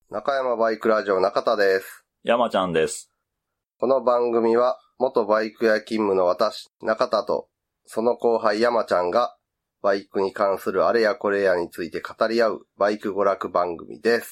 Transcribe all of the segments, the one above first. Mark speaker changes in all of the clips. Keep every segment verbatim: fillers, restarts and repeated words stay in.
Speaker 1: 中山バイクラジオ中田です。
Speaker 2: 山ちゃんです。
Speaker 1: この番組は元バイク屋勤務の私中田とその後輩山ちゃんがバイクに関するあれやこれやについて語り合うバイク娯楽番組です。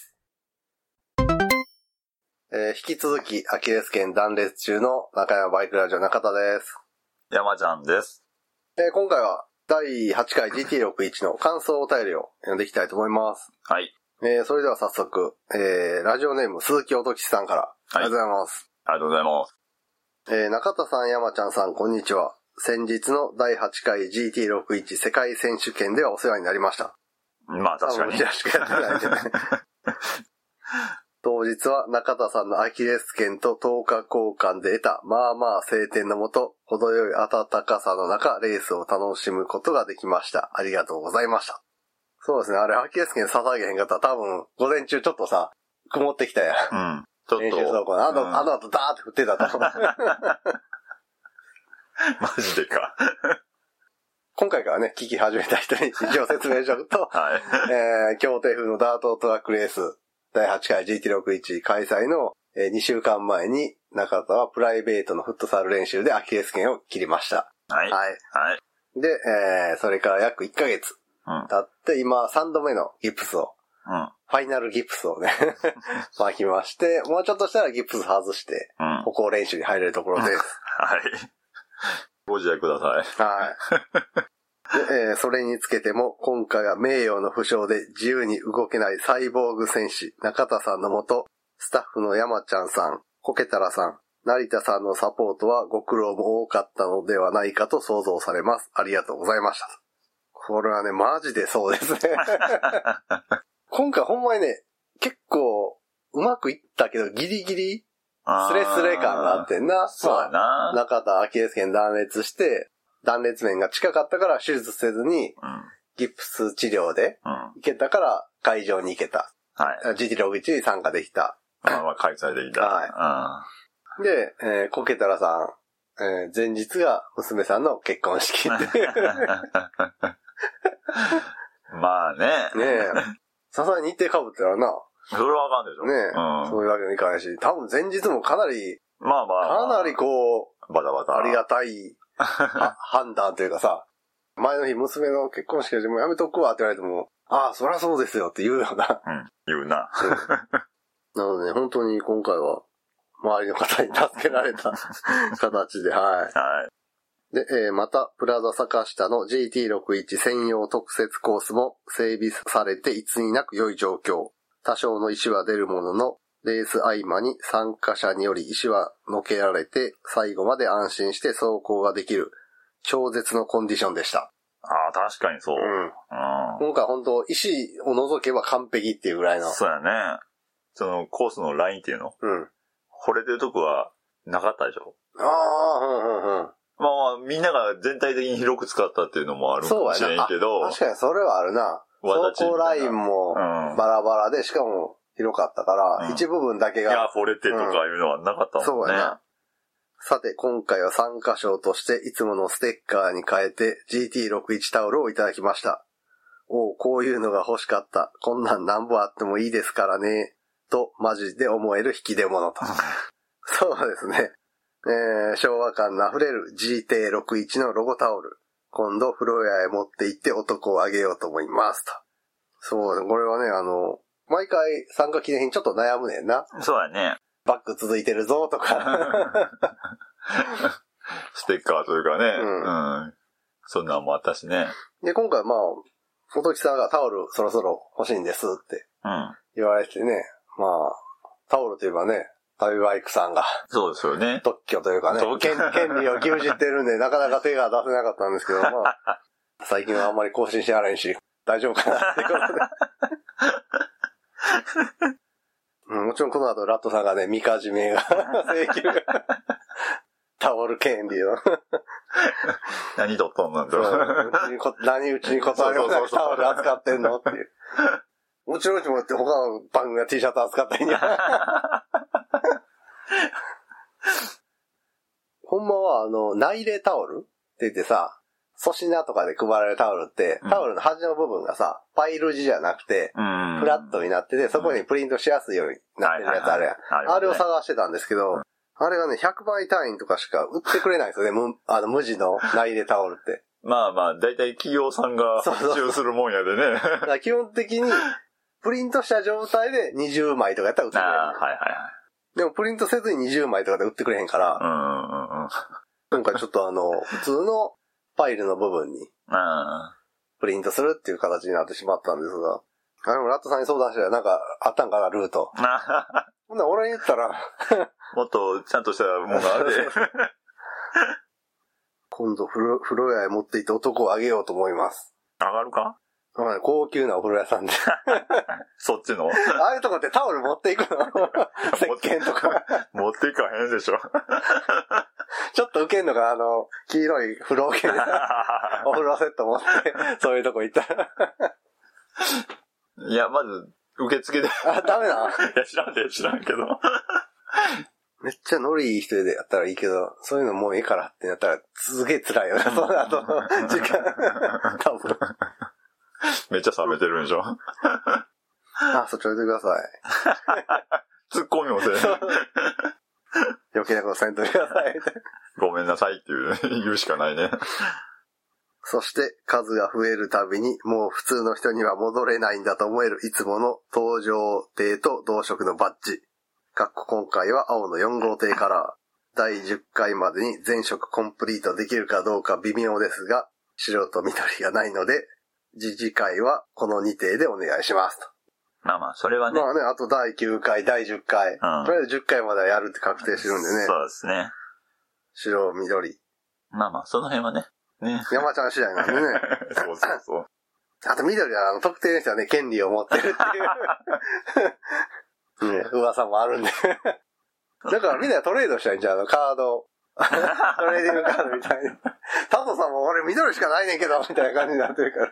Speaker 1: えー、引き続きアキレス腱断裂中の中山バイクラジオ中田です。
Speaker 2: 山ちゃんです。
Speaker 1: えー、今回はだいはちかい ジーティーろくじゅういち の感想お便りを読んでいきたいと思います。
Speaker 2: はい。
Speaker 1: えー、それでは早速、えー、ラジオネーム鈴木音吉さんから、はい、ありがとうございます。
Speaker 2: ありがとうございます。
Speaker 1: えー、中田さん、山ちゃんさん、こんにちは。先日のだいはちかい ジーティーろくじゅういち 世界選手権ではお世話になりました。
Speaker 2: まあ確かに。
Speaker 1: うちらしかやってないんでね。当日は中田さんのアキレス腱ととおか交換で得た、まあまあ晴天のもと、程よい暖かさの中、レースを楽しむことができました。ありがとうございました。そうですね、あれ、アキレス腱捧げへんかったら多分、午前中ちょっとさ、曇ってきたやん。
Speaker 2: うん。ちょっと。
Speaker 1: 練習走行の。あの、うん、あの後ダーって降ってたと思う。
Speaker 2: マジでか。
Speaker 1: 今回からね、聞き始めた人に一応説明しておくと、
Speaker 2: はい。
Speaker 1: えー、協定風のダートトラックレース、だいはちかい ジーティーろくじゅういち 開催のにしゅうかんまえに、中田はプライベートのフットサル練習でアキレス腱を切りました。
Speaker 2: はい。はい。はい。
Speaker 1: で、えー、それから約いっかげつ。だって、今さんどめのギプスを、うん、ファイナルギプスをね、巻きまして、もうちょっとしたらギプス外して、うん、歩行練習に入れるところです。
Speaker 2: はい。ご自愛ください。
Speaker 1: はい。で、えー、それにつけても、今回は名誉の負傷で自由に動けないサイボーグ戦士、中田さんのもと、スタッフの山ちゃんさん、コケタラさん、成田さんのサポートはご苦労も多かったのではないかと想像されます。ありがとうございました。これはね、マジでそうですね。今回ほんまにね、結構、うまくいったけど、ギリギリ、スレスレ感があってんな。
Speaker 2: そうやな。
Speaker 1: まあ、中田アキレス腱断裂して、断裂面が近かったから手術せずに、うん、ギプス治療で、行けたから会場に行けた。はい。ジーティーろくじゅういち に参加できた。
Speaker 2: まあまあ開催できた。
Speaker 1: はい。うん、で、えー、コケタラさん、えー、前日が娘さんの結婚式。
Speaker 2: まあね。
Speaker 1: ねえ。さすがに日程被ってたらな。
Speaker 2: それはあかんでしょ。
Speaker 1: ねえ、うん。そういうわけにいかないし、多分前日もかなり、
Speaker 2: まあまあ、
Speaker 1: かなりこう、
Speaker 2: バタバタ。
Speaker 1: ありがたい判断というかさ、前の日娘の結婚式でもうやめとくわって言われても、ああ、そりゃそうですよって言うよな。
Speaker 2: うん、言うな。
Speaker 1: なので、ね、本当に今回は、周りの方に助けられた形で、はい。はい。で、えー、また、プラザ坂下の ジーティーろくじゅういち 専用特設コースも整備されていつになく良い状況。多少の石は出るものの、レース合間に参加者により石はのけられて、最後まで安心して走行ができる、超絶のコンディションでした。
Speaker 2: ああ、確かにそう。うん。うん、
Speaker 1: 今回本当石を除けば完璧っていうぐらいの。
Speaker 2: そうやね。そのコースのラインっていうの。うん。惚れてるとこはなかったでしょ。ああ、うんうんうん。まあまあ、みんなが全体的に広く使ったっていうのもあるかもしれんけど。
Speaker 1: 確かにそれはあるな。走行ラインもバラバラで、しかも広かったから、うん、一部分だけが。
Speaker 2: いや、惚れてとかいうのはなかったもんね。そうやな。
Speaker 1: さて、今回は参加賞として、いつものステッカーに変えて ジーティーろくじゅういち タオルをいただきました。おう、こういうのが欲しかった。こんなんなんぼあってもいいですからね。と、マジで思える引き出物と。そうですね。えー、昭和感のあふれる ジーティーろくじゅういち のロゴタオル。今度、風呂屋へ持って行って男をあげようと思いますと。そう、これはね、あの、毎回参加記念品ちょっと悩むねんな。
Speaker 2: そうやね。
Speaker 1: バッグ続いてるぞとか。
Speaker 2: ステッカーというかね。うん。うん、そんなんもあったしね。
Speaker 1: で、今回まあ、元木さんがタオルそろそろ欲しいんですって言われてね。うん、まあ、タオルといえばね、旅バイクさんが。
Speaker 2: そうですよね。
Speaker 1: 特許というかね。権, 権利を牛耳ってるんで、なかなか手が出せなかったんですけど、まあ、最近はあんまり更新してやれんし、大丈夫かなってことで。うん、もちろんこの後ラットさんがね、みかじめが、請求が、タオル権利を。
Speaker 2: 何取ったんなんだろう。
Speaker 1: 何うちに断りもなくタオル扱ってんのっていう。もちろんうちも他の番組が T シャツ扱ったんや。ほんまはあの、内入れタオルって言ってさ、 粗品とかで配られるタオルって、タオルの端の部分がさ、パイル地じゃなくて、フラットになってて、そこにプリントしやすいようになってるやつあるやん。あれを探してたんですけど、あれがね、ひゃくばい単位とかしか売ってくれないんですよね、無、あの、無地の内入れタオルって。
Speaker 2: まあまあ、だいたい企業さんが発注するもんやでね。
Speaker 1: だから基本的に、プリントした状態でにじゅうまいとかやったら売ってくれへん。ああ、はいはいはい。でもプリントせずににじゅうまいとかで売ってくれへんから、うんうんうん、今回ちょっとあの、普通のファイルの部分に、プリントするっていう形になってしまったんですが、あれもラットさんに相談したらなんかあったんかな、ルート。ほんなら俺に言ったら、
Speaker 2: もっとちゃんとしたものがあるで。
Speaker 1: 今度風呂、風呂屋へ持って行って男をあげようと思います。
Speaker 2: 上がるか？
Speaker 1: 高級なお風呂屋さんで。
Speaker 2: そっちの？
Speaker 1: ああいうとこってタオル持っていくの？石鹸とか。
Speaker 2: 持っていかへんでしょ。
Speaker 1: ちょっとウケんのが、あの、黄色い風呂桶で、お風呂セット持って、そういうとこ行ったら。
Speaker 2: いや、まず、受付で。
Speaker 1: あ、ダメな？
Speaker 2: いや、知らんで、知らんけど。
Speaker 1: めっちゃノリいい人でやったらいいけど、そういうのもういいからってなったら、すげえ辛いよね、その後の時間。多分。
Speaker 2: めっちゃ冷めてるんでしょ。
Speaker 1: あ、そっち置いてくださ
Speaker 2: い。ツッコミもせ。
Speaker 1: 余計なことせんといてください。
Speaker 2: ごめんなさいっていう、ね、言うしかないね。
Speaker 1: そして数が増えるたびにもう普通の人には戻れないんだと思えるいつもの登場艇と同色のバッジ。かっこ今回は青のよん号艇カラー。だいじゅっかいまでに全色コンプリートできるかどうか微妙ですが、白と緑がないので、次次回はこのに艇でお願いしますと。
Speaker 2: まあまあ、それはね。
Speaker 1: まあね、あとだいきゅうかい、だいじゅっかい。うん、とりあえずじゅっかいまではやるって確定してるんでね。
Speaker 2: そうですね。
Speaker 1: 白、緑。
Speaker 2: まあまあ、その辺はね。ね。
Speaker 1: 山ちゃん次第なんでね。
Speaker 2: そうそうそう。
Speaker 1: あと緑はあの特定の人はね、権利を持ってるっていう、ね、噂もあるんで。だからみんなトレードしたいんじゃん、あのカード。トレーディングカードみたいに。タトさんも俺緑しかないねんけど、みたいな感じになってるから。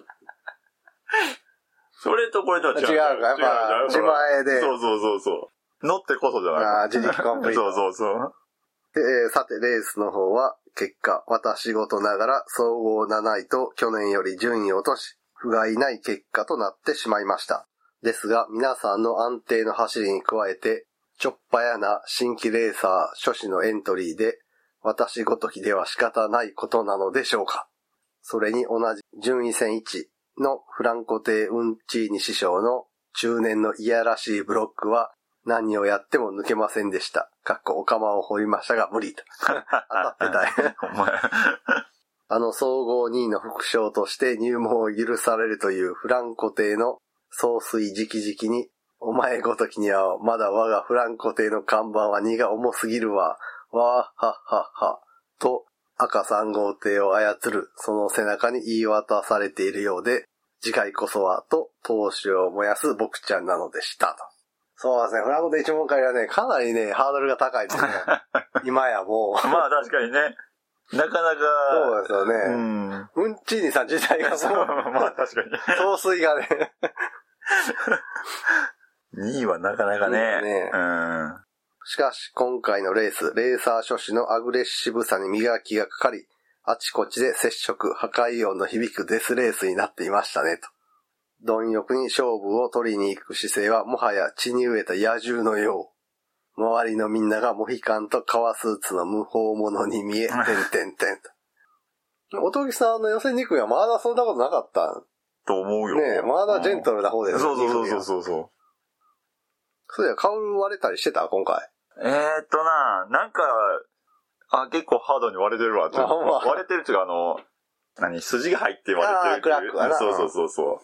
Speaker 2: それとこれとは違う。
Speaker 1: 違うか、やっぱ、自前で。
Speaker 2: そうそうそうそう。乗ってこそじゃない。
Speaker 1: ああ、自力コンプリート。
Speaker 2: そうそうそう。
Speaker 1: で、えー、さて、レースの方は、結果、私事ながら、総合なないと去年より順位を落とし、不甲斐ない結果となってしまいました。ですが、皆さんの安定の走りに加えて、ちょっぱやな新規レーサー初始のエントリーで、私ごときでは仕方ないことなのでしょうか。それに同じ順位戦いちのフランコ亭ウンチーニ師匠の中年のいやらしいブロックは何をやっても抜けませんでした。かっこお釜を掘りましたが無理と。当たってたい。あの総合にいの副将として入門を許されるというフランコ亭の総帥直々に、お前ごときにはまだ我がフランコ亭の看板は荷が重すぎるわ。わーはっはっは。と赤さん号艇を操るその背中に言い渡されているようで、次回こそはと闘志を燃やす僕ちゃんなのでしたと。そうですね、フランコ亭一問会はね、かなりね、ハードルが高いですね。今やもう。
Speaker 2: まあ確かにね。なかなか。
Speaker 1: そうですよね。うん。うんちーにさん自体がもう。
Speaker 2: まあ確かに。
Speaker 1: 総帥がね。
Speaker 2: にいはなかなかね。ねうん。
Speaker 1: しかし今回のレース、レーサー初始のアグレッシブさに磨きがかかり、あちこちで接触、破壊音の響くデスレースになっていましたねと。貪欲に勝負を取りに行く姿勢はもはや血に飢えた野獣のよう。周りのみんながモヒカンと革スーツの無法者に見え、てんてんてんと。おとぎさんの予選に行くにはまだそんなことなかった
Speaker 2: と思うよ。
Speaker 1: ねえ、まだジェントルな方です
Speaker 2: よ、うん。そうそうそうそう。
Speaker 1: そういや、顔割れたりしてた今回。
Speaker 2: えーっとな、なんか、あ、結構ハードに割れてるわ。ちょっと割れてるっていうか、あの、何、筋が入って割れてるっていう。
Speaker 1: あー、クラックはな。
Speaker 2: そうそうそうそう。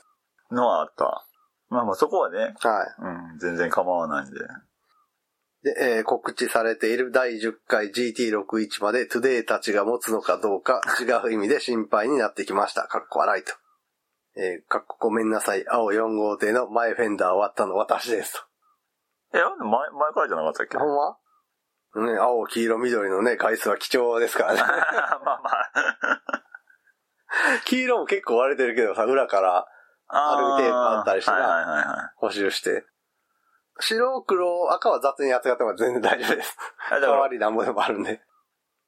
Speaker 2: のはあった。まあまあそこはね。
Speaker 1: はい。
Speaker 2: うん、全然構わないんで。
Speaker 1: で、えー、告知されているだいじゅっかい ジーティーろくじゅういち までトゥデイたちが持つのかどうか違う意味で心配になってきました。かっこ笑いと。えー、かっこごめんなさい。青よん号艇の前フェンダー割ったの私ですと。
Speaker 2: え、前、前からじゃなかったっけ？
Speaker 1: ほんま？ね、青、黄色、緑のね、回数は貴重ですからね。まあまあ。黄色も結構割れてるけどさ、裏からアルミテープあったりしてな、はいはいはいはい、補修して。白、黒、赤は雑に扱っても全然大丈夫です。代わりなんぼでもあるんで。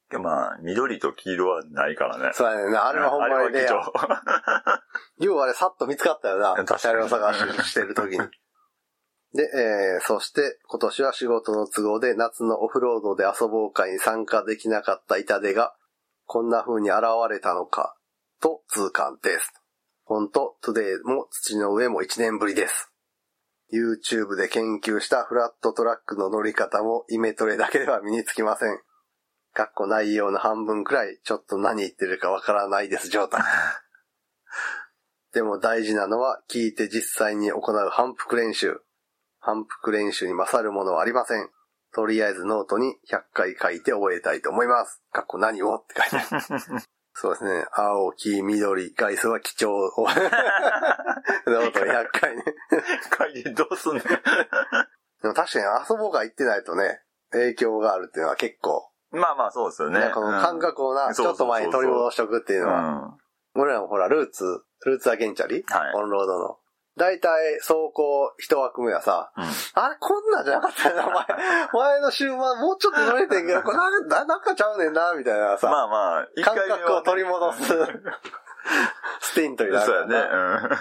Speaker 2: まあ、緑と黄色はないからね。
Speaker 1: そうやねんな。あれはほんまにね。要はあれさっと見つかったよな。車両探ししてる時に。で、えー、そして今年は仕事の都合で夏のオフロードで遊ぼう会に参加できなかった痛手がこんな風に現れたのかと痛感です。ほんと、トゥデイも土の上もいちねんぶりです。YouTube で研究したフラットトラックの乗り方もイメトレだけでは身につきません。かっこ内容の半分くらいちょっと何言ってるかわからないです状態。でも大事なのは聞いて実際に行う反復練習。反復練習に勝るものはありません。とりあえずノートにひゃっかい書いて終えたいと思います。かっこ何をって書いてある。そうですね。青、黄、緑、外装は貴重。ノートひゃっかいね。
Speaker 2: 書いてどうすんねん。で
Speaker 1: も確かに遊ぼうが行ってないとね、影響があるっていうのは結構。
Speaker 2: まあまあそうですよね。
Speaker 1: この感覚をな、うん、ちょっと前に取り戻しとくっていうのは。うん、俺らもほら、ルーツ、ルーツアゲンチャリ、はい、オンロードの。だいたい走行一枠目はさ、うん、あれこんなんじゃなかったよな、前。前の週はもうちょっと乗れてんけど、これなんか、なんかちゃうねんな、みたいなさ。
Speaker 2: まあまあ、
Speaker 1: 感覚を取り戻すスティントになる。
Speaker 2: そうやね。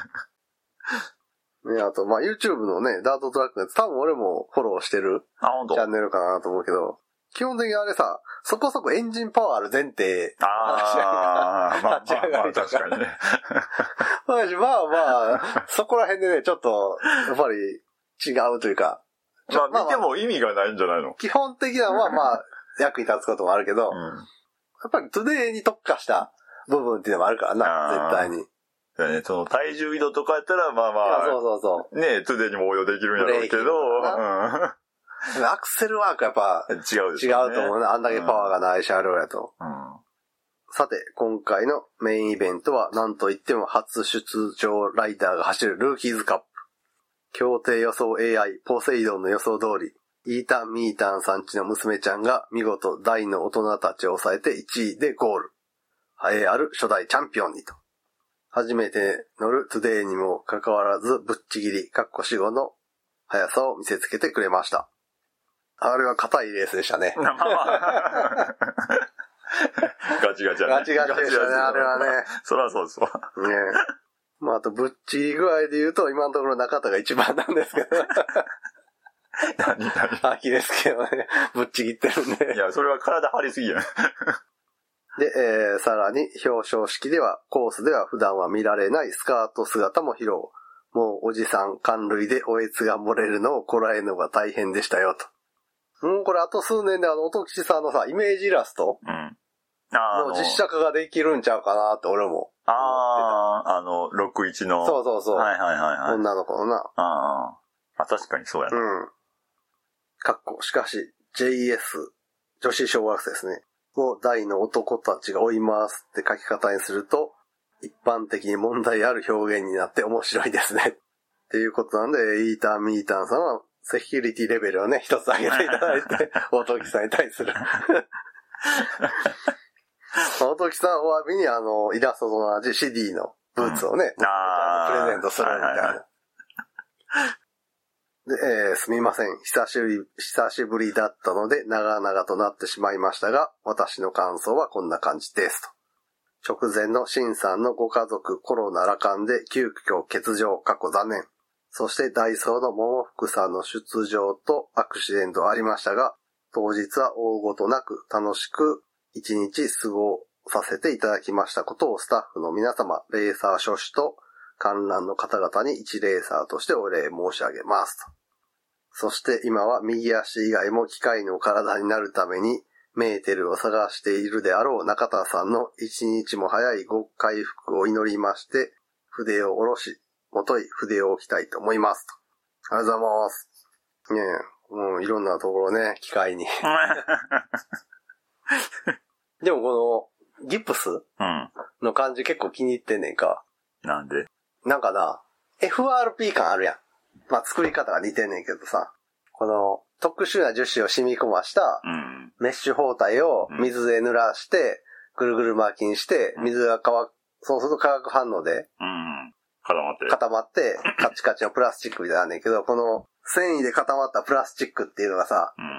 Speaker 1: うん。ね、あと、まあ YouTube のね、ダートトラックのやつ、多分俺もフォローしてるチャンネルかなと思うけど、基本的にあれさ、そこそこエンジンパワーある前提。
Speaker 2: ああ、まあ、まあ、まあ、確かにね。
Speaker 1: まあまあ、そこら辺でね、ちょっと、やっぱり違うというか。
Speaker 2: まあ、見ても意味がないんじゃないの？
Speaker 1: 基本的なのはまあ、役に立つこともあるけど、うん、やっぱりトゥデイに特化した部分っていうのもあるからな、絶対に。
Speaker 2: だね、その体重移動とかやったら、まあまあ、
Speaker 1: そうそうそう。
Speaker 2: ね、トゥデイにも応用できるんやろうけど、
Speaker 1: アクセルワークやっぱ違うですね。違うと思うね。あんだけパワーがない車両やと。うん、さて、今回のメインイベントは何といっても初出場ライダーが走るルーキーズカップ。協定予想 エーアイ、ポセイドンの予想通り、イータン・ミータンさんちの娘ちゃんが見事大の大人たちを抑えていちいでゴール。栄えある初代チャンピオンにと。初めて乗るトゥデイにもかかわらずぶっちぎり、かっこ死後の速さを見せつけてくれました。あれは硬いレースでしたね。
Speaker 2: ガチガチやね。
Speaker 1: ガチガチでしたね、あれはね。
Speaker 2: そらそうですわ。
Speaker 1: ねえ。まあ、あと、ぶっちぎり具合で言うと、今のところ中田が一番なんですけど。
Speaker 2: 何何
Speaker 1: アキレス腱をね、ぶっちぎってるんで。
Speaker 2: いや、それは体張りすぎやん。
Speaker 1: で、えー、さらに表彰式では、コースでは普段は見られないスカート姿も披露。もうおじさん、寒類でおえつが漏れるのをこらえるのが大変でしたよ、と。もうこれあと数年であの、音吉さんのさ、イメージイラスト、うん、の実写化ができるんちゃうかなって俺も。
Speaker 2: ああ、あの、ろくじゅういちの。
Speaker 1: そうそうそう。
Speaker 2: はいはいはい、はい。
Speaker 1: 女の子のな。
Speaker 2: ああ。確かにそうやな。
Speaker 1: うん。かっこ、しかし、ジェイエス、女子小学生ですね。を大の男たちが追いますって書き方にすると、一般的に問題ある表現になって面白いですね。っていうことなんで、イータン・ミータンさんは、セキュリティレベルをね、一つ上げていただいて、大時さんに対する。大時さんお詫びにあの、イラストと同じ シーディー のブーツをね、うん、プレゼントするみたいな。はいはいはいで、えー、すみません。久しぶり、久しぶりだったので、長々となってしまいましたが、私の感想はこんな感じですと。直前のシンさんのご家族コロナ羅漢で急遽欠場、過去残念。そしてダイソーの桃福さんの出場とアクシデントありましたが、当日は大ごとなく楽しく一日過ごさせていただきましたことをスタッフの皆様、レーサー諸子と観覧の方々に一レーサーとしてお礼申し上げますと。そして今は右足以外も機械の体になるためにメーテルを探しているであろう中田さんの一日も早いご回復を祈りまして、筆を下ろし、もとい筆を置きたいと思いますと。ありがとうございます。ねえ、もういろんなところね、機械に。でもこのギプスの感じ結構気に入ってんねんか。
Speaker 2: なんで？
Speaker 1: なんかな、エフアールピー 感あるやん。まあ作り方が似てんねんけどさ、この特殊な樹脂を染み込ましたメッシュ包帯を水で濡らしてぐるぐる巻きにして水が乾く、そうすると化学反応で
Speaker 2: 固まって
Speaker 1: 固まってカチカチのプラスチックみたいなんねんけど、この繊維で固まったプラスチックっていうのがさ、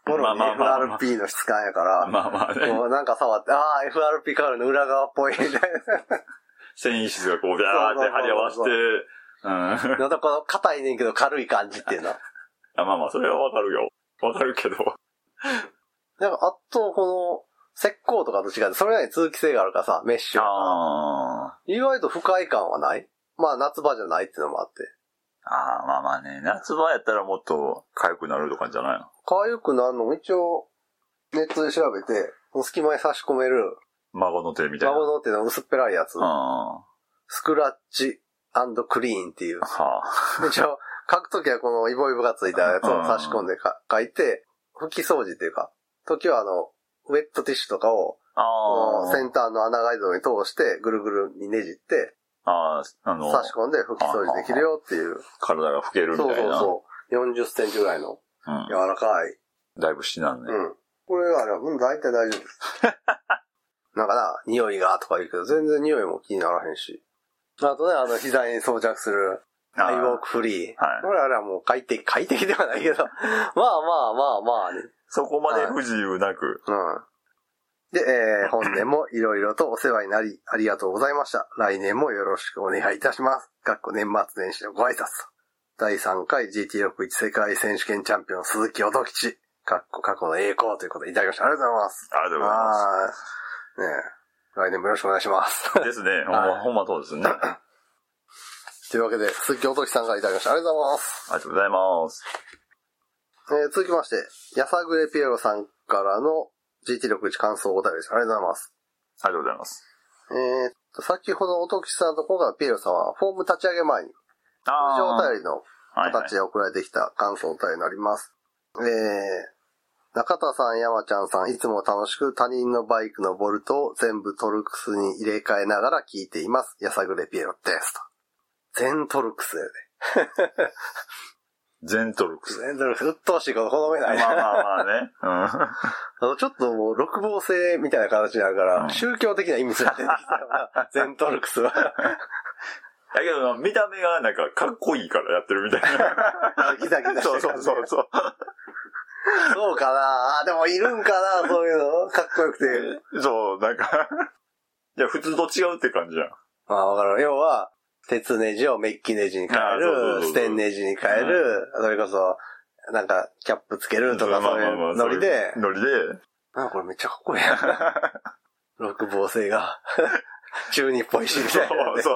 Speaker 1: もろに エフアールピー の質感やから、
Speaker 2: まあまあね。
Speaker 1: もうなんか触って、ああ、エフアールピー カールの裏側っぽいみたいな。
Speaker 2: 繊維質がこう、ビャーって貼り合わせて、うん。
Speaker 1: なんかこの硬いねんけど軽い感じっていうの。
Speaker 2: あまあまあ、それはわかるよ。わかるけど。
Speaker 1: なんか、あと、この、石膏とかと違って、それなりに通気性があるからさ、メッシュ。ああ。意外と不快感はない？まあ、夏場じゃないっていうのもあって。
Speaker 2: ああ、まあまあね。夏場やったらもっと痒くなるとかじゃないの？
Speaker 1: 痒くなるのも一応、ネットで調べて、隙間に差し込める。
Speaker 2: 孫の手みたいな。
Speaker 1: 孫の手の薄っぺらいやつ。スクラッチ&クリーンっていう。はあ、一応、書くときはこのイボイボがついたやつを差し込んでか書いて、拭き掃除っていうか、時はあの、ウェットティッシュとかを、先端の穴ガイドに通してぐるぐるにねじって、ああの差し込んで拭き掃除できるよっていう。
Speaker 2: 体が拭けるみたいな。
Speaker 1: そうそうそう。よんじゅっセンチぐらいの、柔らかい。
Speaker 2: うん、だいぶしなんね。
Speaker 1: うん。これあれは、うん、大体大丈夫です。なんかな、匂いがとか言うけど、全然匂いも気にならへんし。あとね、あの、膝に装着する、アイウォークフリー。はい。これあれはもう快適、快適ではないけど、まあまあまあまあね。
Speaker 2: そこまで不自由なく。
Speaker 1: はい、うん。で、えー、本年もいろいろとお世話になり、ありがとうございました。来年もよろしくお願いいたします。かっこ年末年始のご挨拶。だいさんかい ジーティーろくじゅういち 世界選手権チャンピオン鈴木音吉。かっこ過去の栄光ということでいただきました。ありがとうございます。
Speaker 2: ありがとうございます。
Speaker 1: ねえ。来年もよろしくお願いします。
Speaker 2: ですね。ほんま、ほんまそうですね。
Speaker 1: というわけで、鈴木音吉さんからいただきました。ありがとうございます。
Speaker 2: ありがとうございます。
Speaker 1: えー、続きまして、やさぐれピエロさんからの ジーティーろくじゅういち 感想お便りです。ありがとうございます。
Speaker 2: ありがとうございます。
Speaker 1: えーと、先ほど音吉さんと今回のピエロさんは、フォーム立ち上げ前に、通常お便りの形で送られてきた感想お便りになります。はいはい、えー、中田さん、山ちゃんさん、いつも楽しく他人のバイクのボルトを全部トルクスに入れ替えながら聞いています。やさぐれピエロです。と。全トルクスやで。
Speaker 2: 全トルクス。
Speaker 1: 全トルクス。うっとうしいこと好めない。
Speaker 2: まあまあまあね。うん、あ
Speaker 1: のちょっともう六芒星みたいな形になるから、うん、宗教的な意味すら出てきたよな。全トルクスは。
Speaker 2: だけど、見た目がなんかかっこいいからやってるみたいな。
Speaker 1: ギザギザしてる。
Speaker 2: そうそうそうそう。
Speaker 1: そうかなあ、でもいるんかなそういうの。かっこよくて。
Speaker 2: そう、なんか。いや、普通と違うって感じじゃん。
Speaker 1: ああ、わかる。要は、鉄ネジをメッキネジに変える、ステンネジに変える、それこそ、なんか、キャップつけるとか、そういうノリで。
Speaker 2: ノリで。
Speaker 1: あ、これめっちゃかっこいいやん。六芒星が。中二っぽいし、みたいな、ね。そうそう。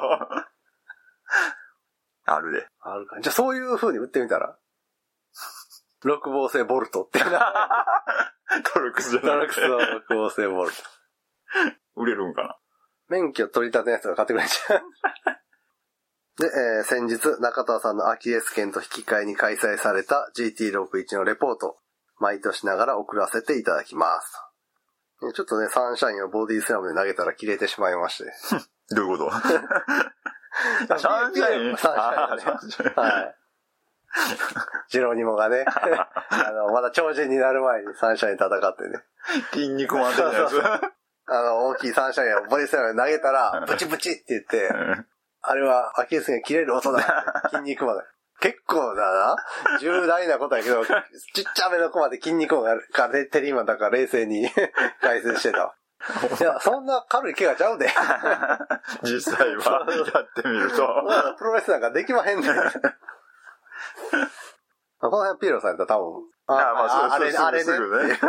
Speaker 2: あるで。
Speaker 1: あるか。じゃあそういう風に売ってみたら。六芒星ボルトっていうな。
Speaker 2: トルクスじゃなくて。
Speaker 1: トルクスの六芒星ボルト。
Speaker 2: 売れるんかな。
Speaker 1: 免許取り立てのやつが買ってくれんじゃん。で、えー、先日、中田さんのアキレス腱と引き換えに開催された ジーティーろくじゅういち のレポート、毎年ながら送らせていただきます。ちょっとね、サンシャインをボディスラムで投げたら切れてしまいまして。
Speaker 2: どういうことサンシャイン
Speaker 1: サンシャインね。はい。ジェロニモがね、あの、まだ超人になる前にサンシャイン戦ってね。
Speaker 2: 筋肉マン的なやつ。
Speaker 1: あの、大きいサンシャインをボディスラムで投げたら、ブチブチって言って、あれはアキレス腱が切れる音だ。筋肉マンが。結構だな。重大なことやけど、ちっちゃめのコマで筋肉マンがテリーマンだから冷静に解説してた。いや、そんな軽い怪我ちゃうで。
Speaker 2: 実際はやってみると。
Speaker 1: プロレスなんかできまへんねん。この辺ピエロさんやったら多分。
Speaker 2: ああ、まあそうあれ、
Speaker 1: あれね。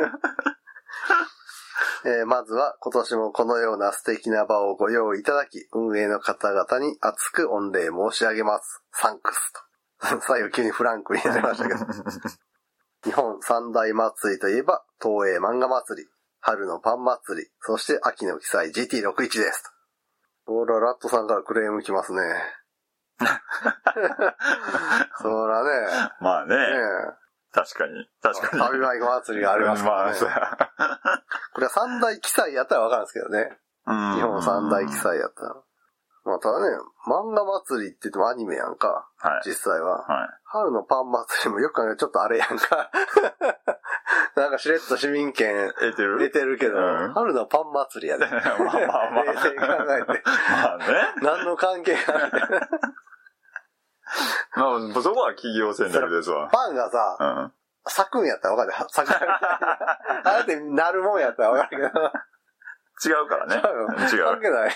Speaker 1: えー、まずは今年もこのような素敵な場をご用意いただき、運営の方々に厚く御礼申し上げます。サンクスと。最後急にフランクになりましたけど。日本三大祭りといえば、東映漫画祭り、春のパン祭り、そして秋の記載 ジーティーろくじゅういち ですと。ほら、ラットさんからクレーム来ますね。そらね。
Speaker 2: まあね。ね確かに。確かに。
Speaker 1: 旅バイク祭りがありますからね。まあ、これは三大記載やったらわかるんですけどね。日本三大記載やったら。まあただね、漫画祭りって言ってもアニメやんか。はい、実際は、はい。春のパン祭りもよく考えるとちょっとあれやんか。なんかしれっと市民権得てる得てるけど、うん、春のパン祭りやで。まあまあまあ。冷静に考えて。まあね。何の関係がある
Speaker 2: まあ、そこは企業戦略ですわ。
Speaker 1: パンがさ、 咲くんやったらわかる。咲くみたいな。あれってなるもんやったらわかるけど。
Speaker 2: 違うからね。違う。
Speaker 1: 関係ない。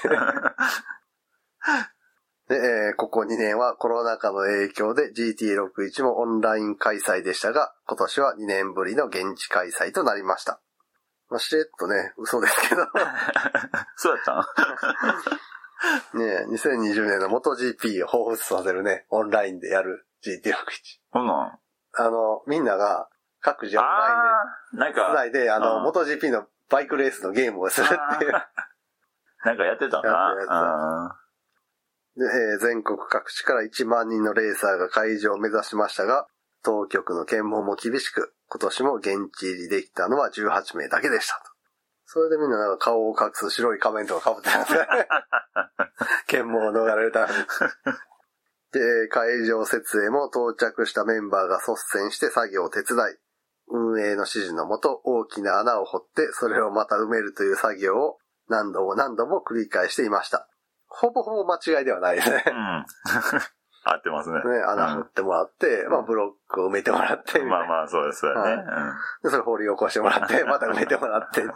Speaker 1: で、えー、ここにねんはコロナ禍の影響で ジーティーろくじゅういち もオンライン開催でしたが、今年はにねんぶりの現地開催となりました。まあ、しれっとね、嘘ですけど。
Speaker 2: そうやった
Speaker 1: んねえ、にせんにじゅうねんの モトジーピー を彷彿させるね、オンラインでやる ジーティーろくじゅういち。
Speaker 2: ほんなん。
Speaker 1: あの、みんなが各自オンラインで、
Speaker 2: なんか、
Speaker 1: つないで、あの、モトジーピー のバイクレースのゲームをするっていう。
Speaker 2: なんかやってたな。
Speaker 1: やってやってた。で、えー、全国各地からいちまんにんのレーサーが会場を目指しましたが、当局の検問も厳しく、今年も現地入りできたのはじゅうはちめいだけでしたと。それでみんななんか顔を隠す白い仮面とか被ってたんですね。検問を逃れるために。で、会場設営も到着したメンバーが率先して作業を手伝い、運営の指示のもと大きな穴を掘ってそれをまた埋めるという作業を何度も何度も繰り返していました。ほぼほぼ間違いではないですね。うん。
Speaker 2: 合ってますね。
Speaker 1: ね、穴掘ってもらって、うん、まあブロックを埋めてもらって。
Speaker 2: まあまあそうですよね、はいうん。
Speaker 1: で、それ掘り起こしてもらって、また埋めてもらってって。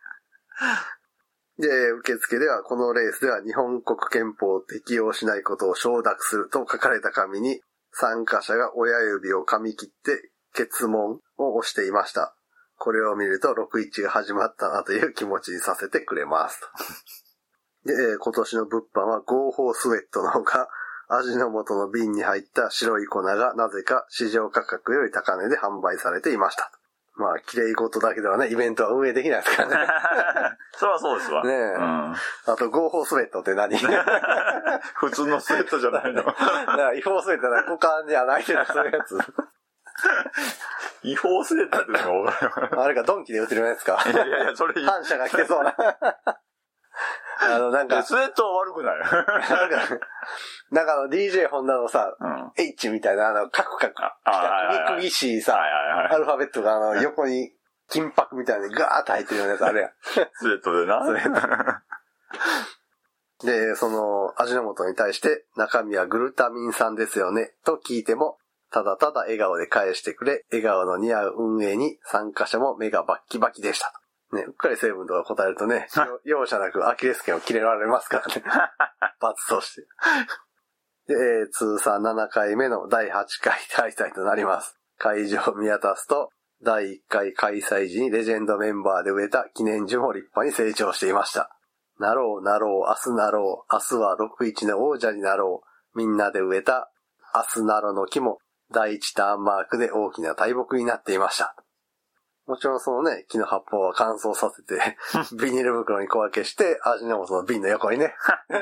Speaker 1: で、受付ではこのレースでは日本国憲法を適用しないことを承諾すると書かれた紙に参加者が親指を噛み切って結問を押していました。これを見るとろくじゅういちが始まったなという気持ちにさせてくれます。で、今年の物販は合法スウェットのほか、味の素の瓶に入った白い粉がなぜか市場価格より高値で販売されていました。まあ、綺麗事だけではね、イベントは運営できないですからね。
Speaker 2: そりゃそうですわ。
Speaker 1: ねえ。うん、あと、合法スウェットって何
Speaker 2: 普通のスウェットじゃないの。だ
Speaker 1: から違法スウェットは股間にはないけど、そういうやつ。
Speaker 2: 違法スウェットってのが分かる。
Speaker 1: あれか、ドンキで売ってるやつか。
Speaker 2: いやいやいや、それいい。
Speaker 1: 反射が来てそうな。あの、なんか。
Speaker 2: スウェットは悪くない。なんか、
Speaker 1: なんかあの ディージェー ホンダのさ、うん、H みたいな、あの、カクカク、憎々しいさ、はいはいはい、アルファベットがあの、横に金箔みたいなガーッと入ってるようなやつあるやん。
Speaker 2: スウェットでな。スウェッ
Speaker 1: ト。で、その、味の素に対して、中身はグルタミン酸ですよね、と聞いても、ただただ笑顔で返してくれ、笑顔の似合う運営に参加者も目がバッキバキでしたと。ね、うっかり成分とか答えるとね、容赦なくアキレス腱を切れられますからね。罰として。で、えー、通算ななかいめのだいはちかい開催となります。会場を見渡すと、だいいっかい開催時にレジェンドメンバーで植えた記念樹も立派に成長していました。なろうなろう、明日なろう、明日はろくじゅういちの王者になろう。みんなで植えた明日なろの木もだいいちターンマークで大きな大木になっていました。もちろんそのね、木の葉っぱは乾燥させて、ビニール袋に小分けして、味の素の瓶の横にね。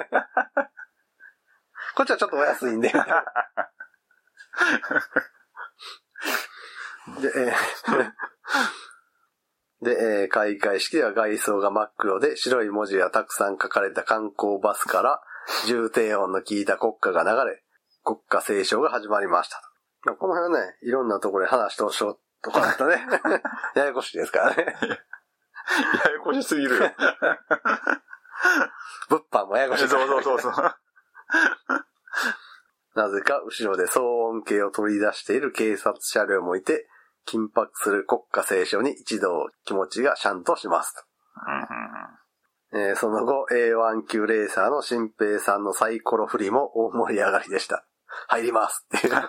Speaker 1: こっちはちょっとお安いんで。で、えー、で、えー、開会式では外装が真っ黒で白い文字がたくさん書かれた観光バスから重低音の効いた国歌が流れ、国歌斉唱が始まりました。この辺はね、いろんなところで話してほしいとかだったね。ややこしいですからね。
Speaker 2: ややこしすぎるよ。
Speaker 1: 物販もややこしい。
Speaker 2: そうそうそうそう。
Speaker 1: なぜか後ろで騒音計を取り出している警察車両もいて、緊迫する国歌斉唱に一同気持ちがシャンとしますと。うんえー、その後 エーワン 級レーサーの新平さんのサイコロ振りも大盛り上がりでした。入りますっていう。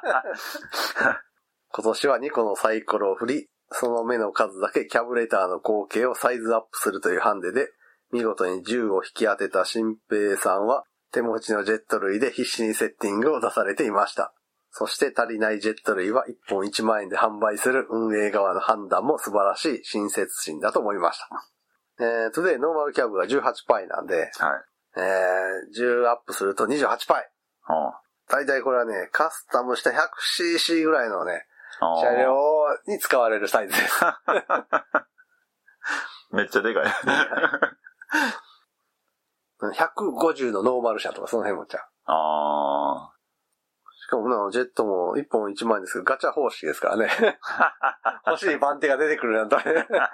Speaker 1: 今年はにこのサイコロを振り、その目の数だけキャブレターの口径をサイズアップするというハンデで、見事に銃を引き当てた新平さんは、手持ちのジェット類で必死にセッティングを出されていました。そして足りないジェット類はいっぽんいちまんえんで販売する運営側の判断も素晴らしい親切心だと思いました。えー、トゥデイノーマルキャブが じゅうはちパイ なんで、はい、えー、じゅうアップすると にじゅうはちパイ。だいたいこれはね、カスタムした ひゃくシーシー ぐらいのね、車両に使われるサイズです。
Speaker 2: めっちゃでかい。
Speaker 1: ひゃくごじゅうのノーマル車とかその辺もちゃう。あしかもな、ジェットもいっぽんいちまんえんですけど、ガチャ方式ですからね。欲しい番手が出てくるなんて。一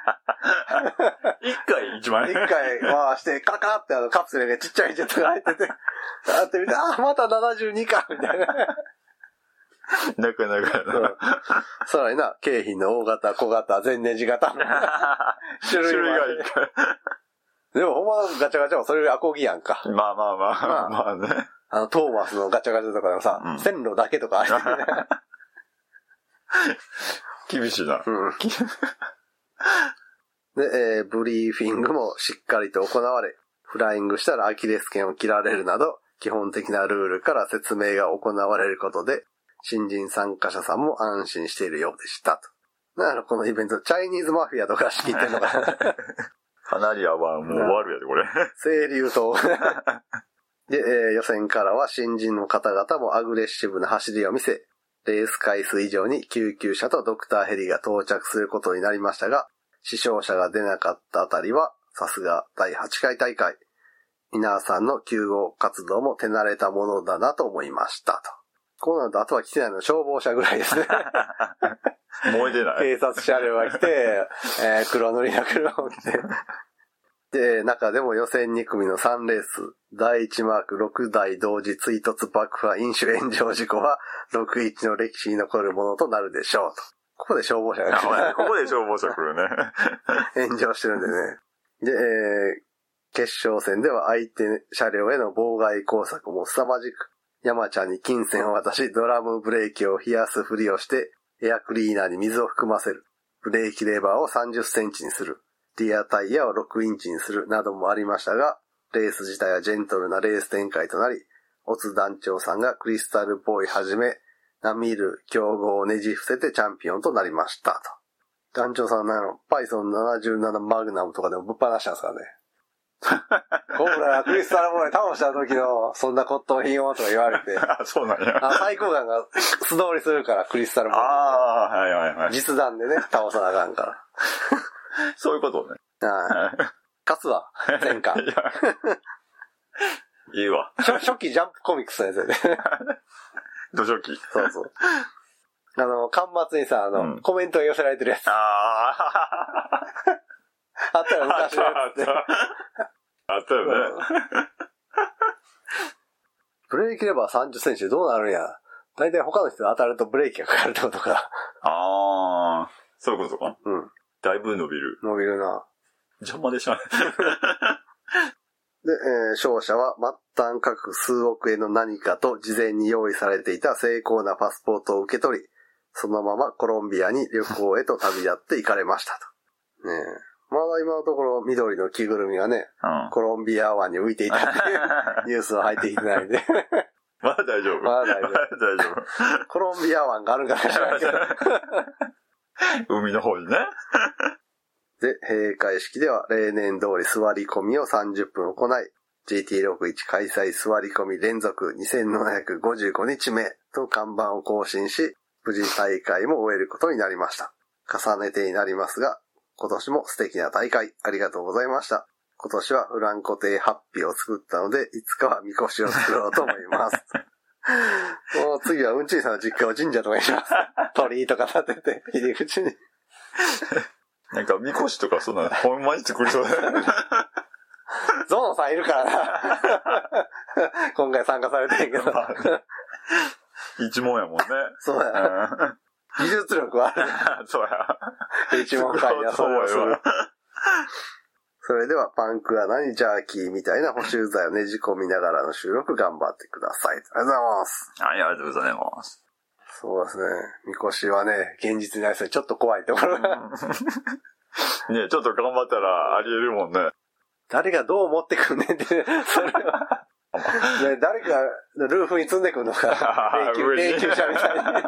Speaker 2: 回いちまんえん。
Speaker 1: 一回回して、カラカラってあのカプセルがちっちゃいジェットが入ってて、あってみて、あ、またななじゅうにか、みたいな。
Speaker 2: なかなかやな。
Speaker 1: さらにな、京浜の大型、小型、全ネジ型。種類がいいか。でもほんまのガチャガチャはそれよりアコギやんか。
Speaker 2: まあまあまあ、まあ、まあね。
Speaker 1: あの、トーマスのガチャガチャとかでもさ、うん、線路だけとかあるね。
Speaker 2: 厳しいな。うん。
Speaker 1: で、えー、ブリーフィングもしっかりと行われ、フライングしたらアキレス腱を切られるなど、基本的なルールから説明が行われることで、新人参加者さんも安心しているようでしたと。なるこのイベント、チャイニーズマフィアとか仕切ってんのかな。
Speaker 2: カナリアはもう終わるやで、これ。
Speaker 1: 清流島。で、えー、予選からは新人の方々もアグレッシブな走りを見せ、レース回数以上に救急車とドクターヘリが到着することになりましたが、死傷者が出なかったあたりは、さすがだいはちかい大会。皆さんの救護活動も手慣れたものだなと思いましたと。こうなると、あとは来てないの消防車ぐらいですね。
Speaker 2: 燃えてない。
Speaker 1: 警察車両が来て、えー、黒塗りの車も来て。で、中でも予選に組のさんレース、だいいちマークろくだい同時追突爆破飲酒炎上事故はろくいちの歴史に残るものとなるでしょうと。ここで消防車が来る。
Speaker 2: ここで消防車来るね。
Speaker 1: 炎上してるんでね。で、えー、決勝戦では相手車両への妨害工作も凄まじく、山ちゃんに金銭を渡し、ドラムブレーキを冷やすふりをして、エアクリーナーに水を含ませる。ブレーキレバーをさんじゅっセンチにする。リアタイヤをろくインチにするなどもありましたが、レース自体はジェントルなレース展開となり、オツ団長さんがクリスタルボーイはじめ、並みる強豪をねじ伏せてチャンピオンとなりましたと。団長さんなの、パイソンななじゅうななマグナムとかでもぶっ放したんですからね。僕らがクリスタルボーイ倒した時の、そんな骨董品をとか言われて。
Speaker 2: あ、そうなんや。
Speaker 1: あ、最高感が素通りするから、クリスタルボーイ。
Speaker 2: ああ、はいはいはい。
Speaker 1: 実弾でね、倒さなあかんから。
Speaker 2: そういうことね。
Speaker 1: はい。勝つわ、前回。いや
Speaker 2: いいわ。
Speaker 1: 初, 初期ジャンプコミックスのやつやで。
Speaker 2: 土初期。
Speaker 1: そうそう。あの、端末にさ、あの、うん、コメントが寄せられてるやつ。ああ。あったよ、昔のやつって。
Speaker 2: あったよね。
Speaker 1: ブレーキレバーさんじゅっセンチでどうなるんや。だいたい他の人が当たるとブレーキがかかるってことか。
Speaker 2: ああ、そういうことか。
Speaker 1: うん。
Speaker 2: だいぶ伸びる。
Speaker 1: 伸びるな。
Speaker 2: 邪魔でしょ。
Speaker 1: で、えー、勝者は末端価格数億円の何かと事前に用意されていた精巧なパスポートを受け取り、そのままコロンビアに旅行へと旅立って行かれましたと。ねえ。まだ今のところ緑の着ぐるみがね、うん、コロンビア湾に浮いていたっていうニュースは入ってきてないんで。
Speaker 2: まだ大丈夫。
Speaker 1: まだ大丈夫。
Speaker 2: まだ大丈
Speaker 1: 夫。コロンビア湾があるから知らないけど。
Speaker 2: 海の方にね。
Speaker 1: で、閉会式では例年通り座り込みをさんじゅっぷん行い、ジーティーろくじゅういち 開催座り込み連続にせんななひゃくごじゅうごにちめと看板を更新し、無事大会も終えることになりました。重ねてになりますが、今年も素敵な大会ありがとうございました。今年はフランコ亭ハッピーを作ったので、いつかはみこしを作ろうと思います。もう次はうんちいさんの実家を神社とかにします。鳥居とか立てて、入り口に。
Speaker 2: なんか、みこしとかそんな、ほんまに作りそうだよね。
Speaker 1: ゾノさんいるからな。今回参加されてんけど。
Speaker 2: 一問やもんね。
Speaker 1: そうや。技術力はあ
Speaker 2: る。そうや。
Speaker 1: 一問会やそうや。それではパンク穴にジャーキーみたいな補修材をねじ込みながらの収録頑張ってください。ありがとうございます。
Speaker 2: はい、ありがとうございます。
Speaker 1: そうですね。みこしはね、現実になりそうでちょっと怖いところが。
Speaker 2: ねえ、ちょっと頑張ったらあり得るもんね。
Speaker 1: 誰がどう持ってくんねんって、それは。ね、誰かルーフに積んでくんのか。霊柩車みたいに。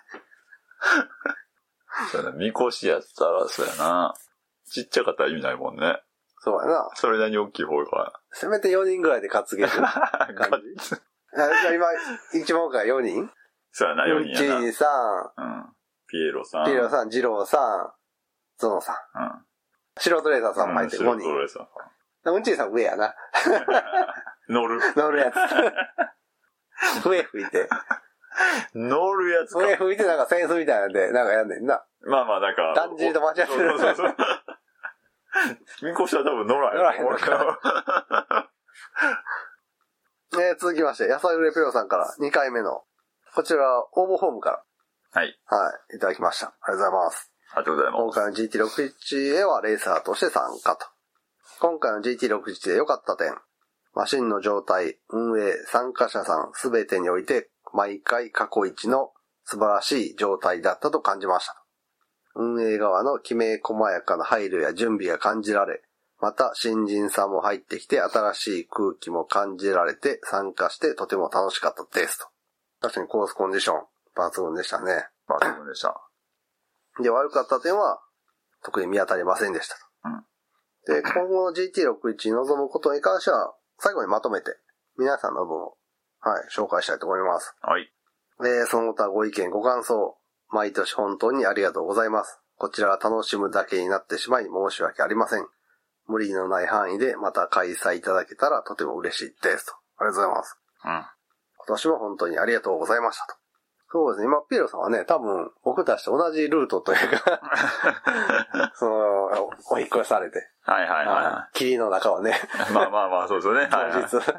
Speaker 2: そうやな、みこしやったらそうやな。ちっちゃかったら意味ないもんね。
Speaker 1: そうやな。
Speaker 2: それなりに大きい方が。
Speaker 1: せめてよにんぐらいで担げる感じ。今、一問会よにん？
Speaker 2: そうやな、よにんやな。
Speaker 1: うちさん、
Speaker 2: うん。ピエロさん。
Speaker 1: ピエロさん、ジローさん、ゾノさん。うん。素人レーサーさんも入ってごにん。
Speaker 2: 素人レーサー
Speaker 1: さん。うんちいさん上やな。
Speaker 2: 乗る。
Speaker 1: 乗るやつ。笛吹いて。
Speaker 2: 乗るやつか。
Speaker 1: 笛吹いてなんかセンスみたいなんで、なんかやんねんな。
Speaker 2: まあまあなんか。
Speaker 1: だんじりと間違ってる。そうそうそう。
Speaker 2: みこしは多分乗らへん。
Speaker 1: 乗らへんのか。えー、続きまして、野菜売れペロさんからにかいめのこちら、応募フォームから。
Speaker 2: はい。
Speaker 1: はい。いただきました。ありがとうございます。
Speaker 2: ありがとうございます。
Speaker 1: 今回の ジーティーろくじゅういち へはレーサーとして参加と。今回の ジーティーろくじゅういち で良かった点。マシンの状態、運営、参加者さんすべてにおいて、毎回過去一の素晴らしい状態だったと感じました。運営側のきめ細やかな配慮や準備が感じられ、また新人さんも入ってきて新しい空気も感じられて参加してとても楽しかったですと。確かにコースコンディション抜群でしたね。
Speaker 2: 抜群でした。
Speaker 1: で、悪かった点は特に見当たりませんでしたと。うん、で、今後の ジーティーろくじゅういち に臨むことに関しては最後にまとめて皆さんの分を、はい、紹介したいと思います。
Speaker 2: はい。
Speaker 1: えー、その他ご意見ご感想、毎年本当にありがとうございます。こちらが楽しむだけになってしまい申し訳ありません。無理のない範囲でまた開催いただけたらとても嬉しいですと。ありがとうございます。うん。今年も本当にありがとうございましたと。そうですね。今、ピエロさんはね、多分僕たちと同じルートというか、その、お引っ越しされて。
Speaker 2: はいはいはい。
Speaker 1: 霧の中はね。
Speaker 2: まあまあまあ、そうですよね。
Speaker 1: 当日。はい。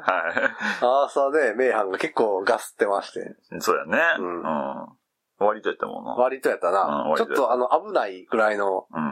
Speaker 1: 朝で、名阪が結構ガスってまして。
Speaker 2: そうやね。うん。うん割とやったもんな。
Speaker 1: 割とやったな。うん、ちょっとあの、危ないぐらいの、うん。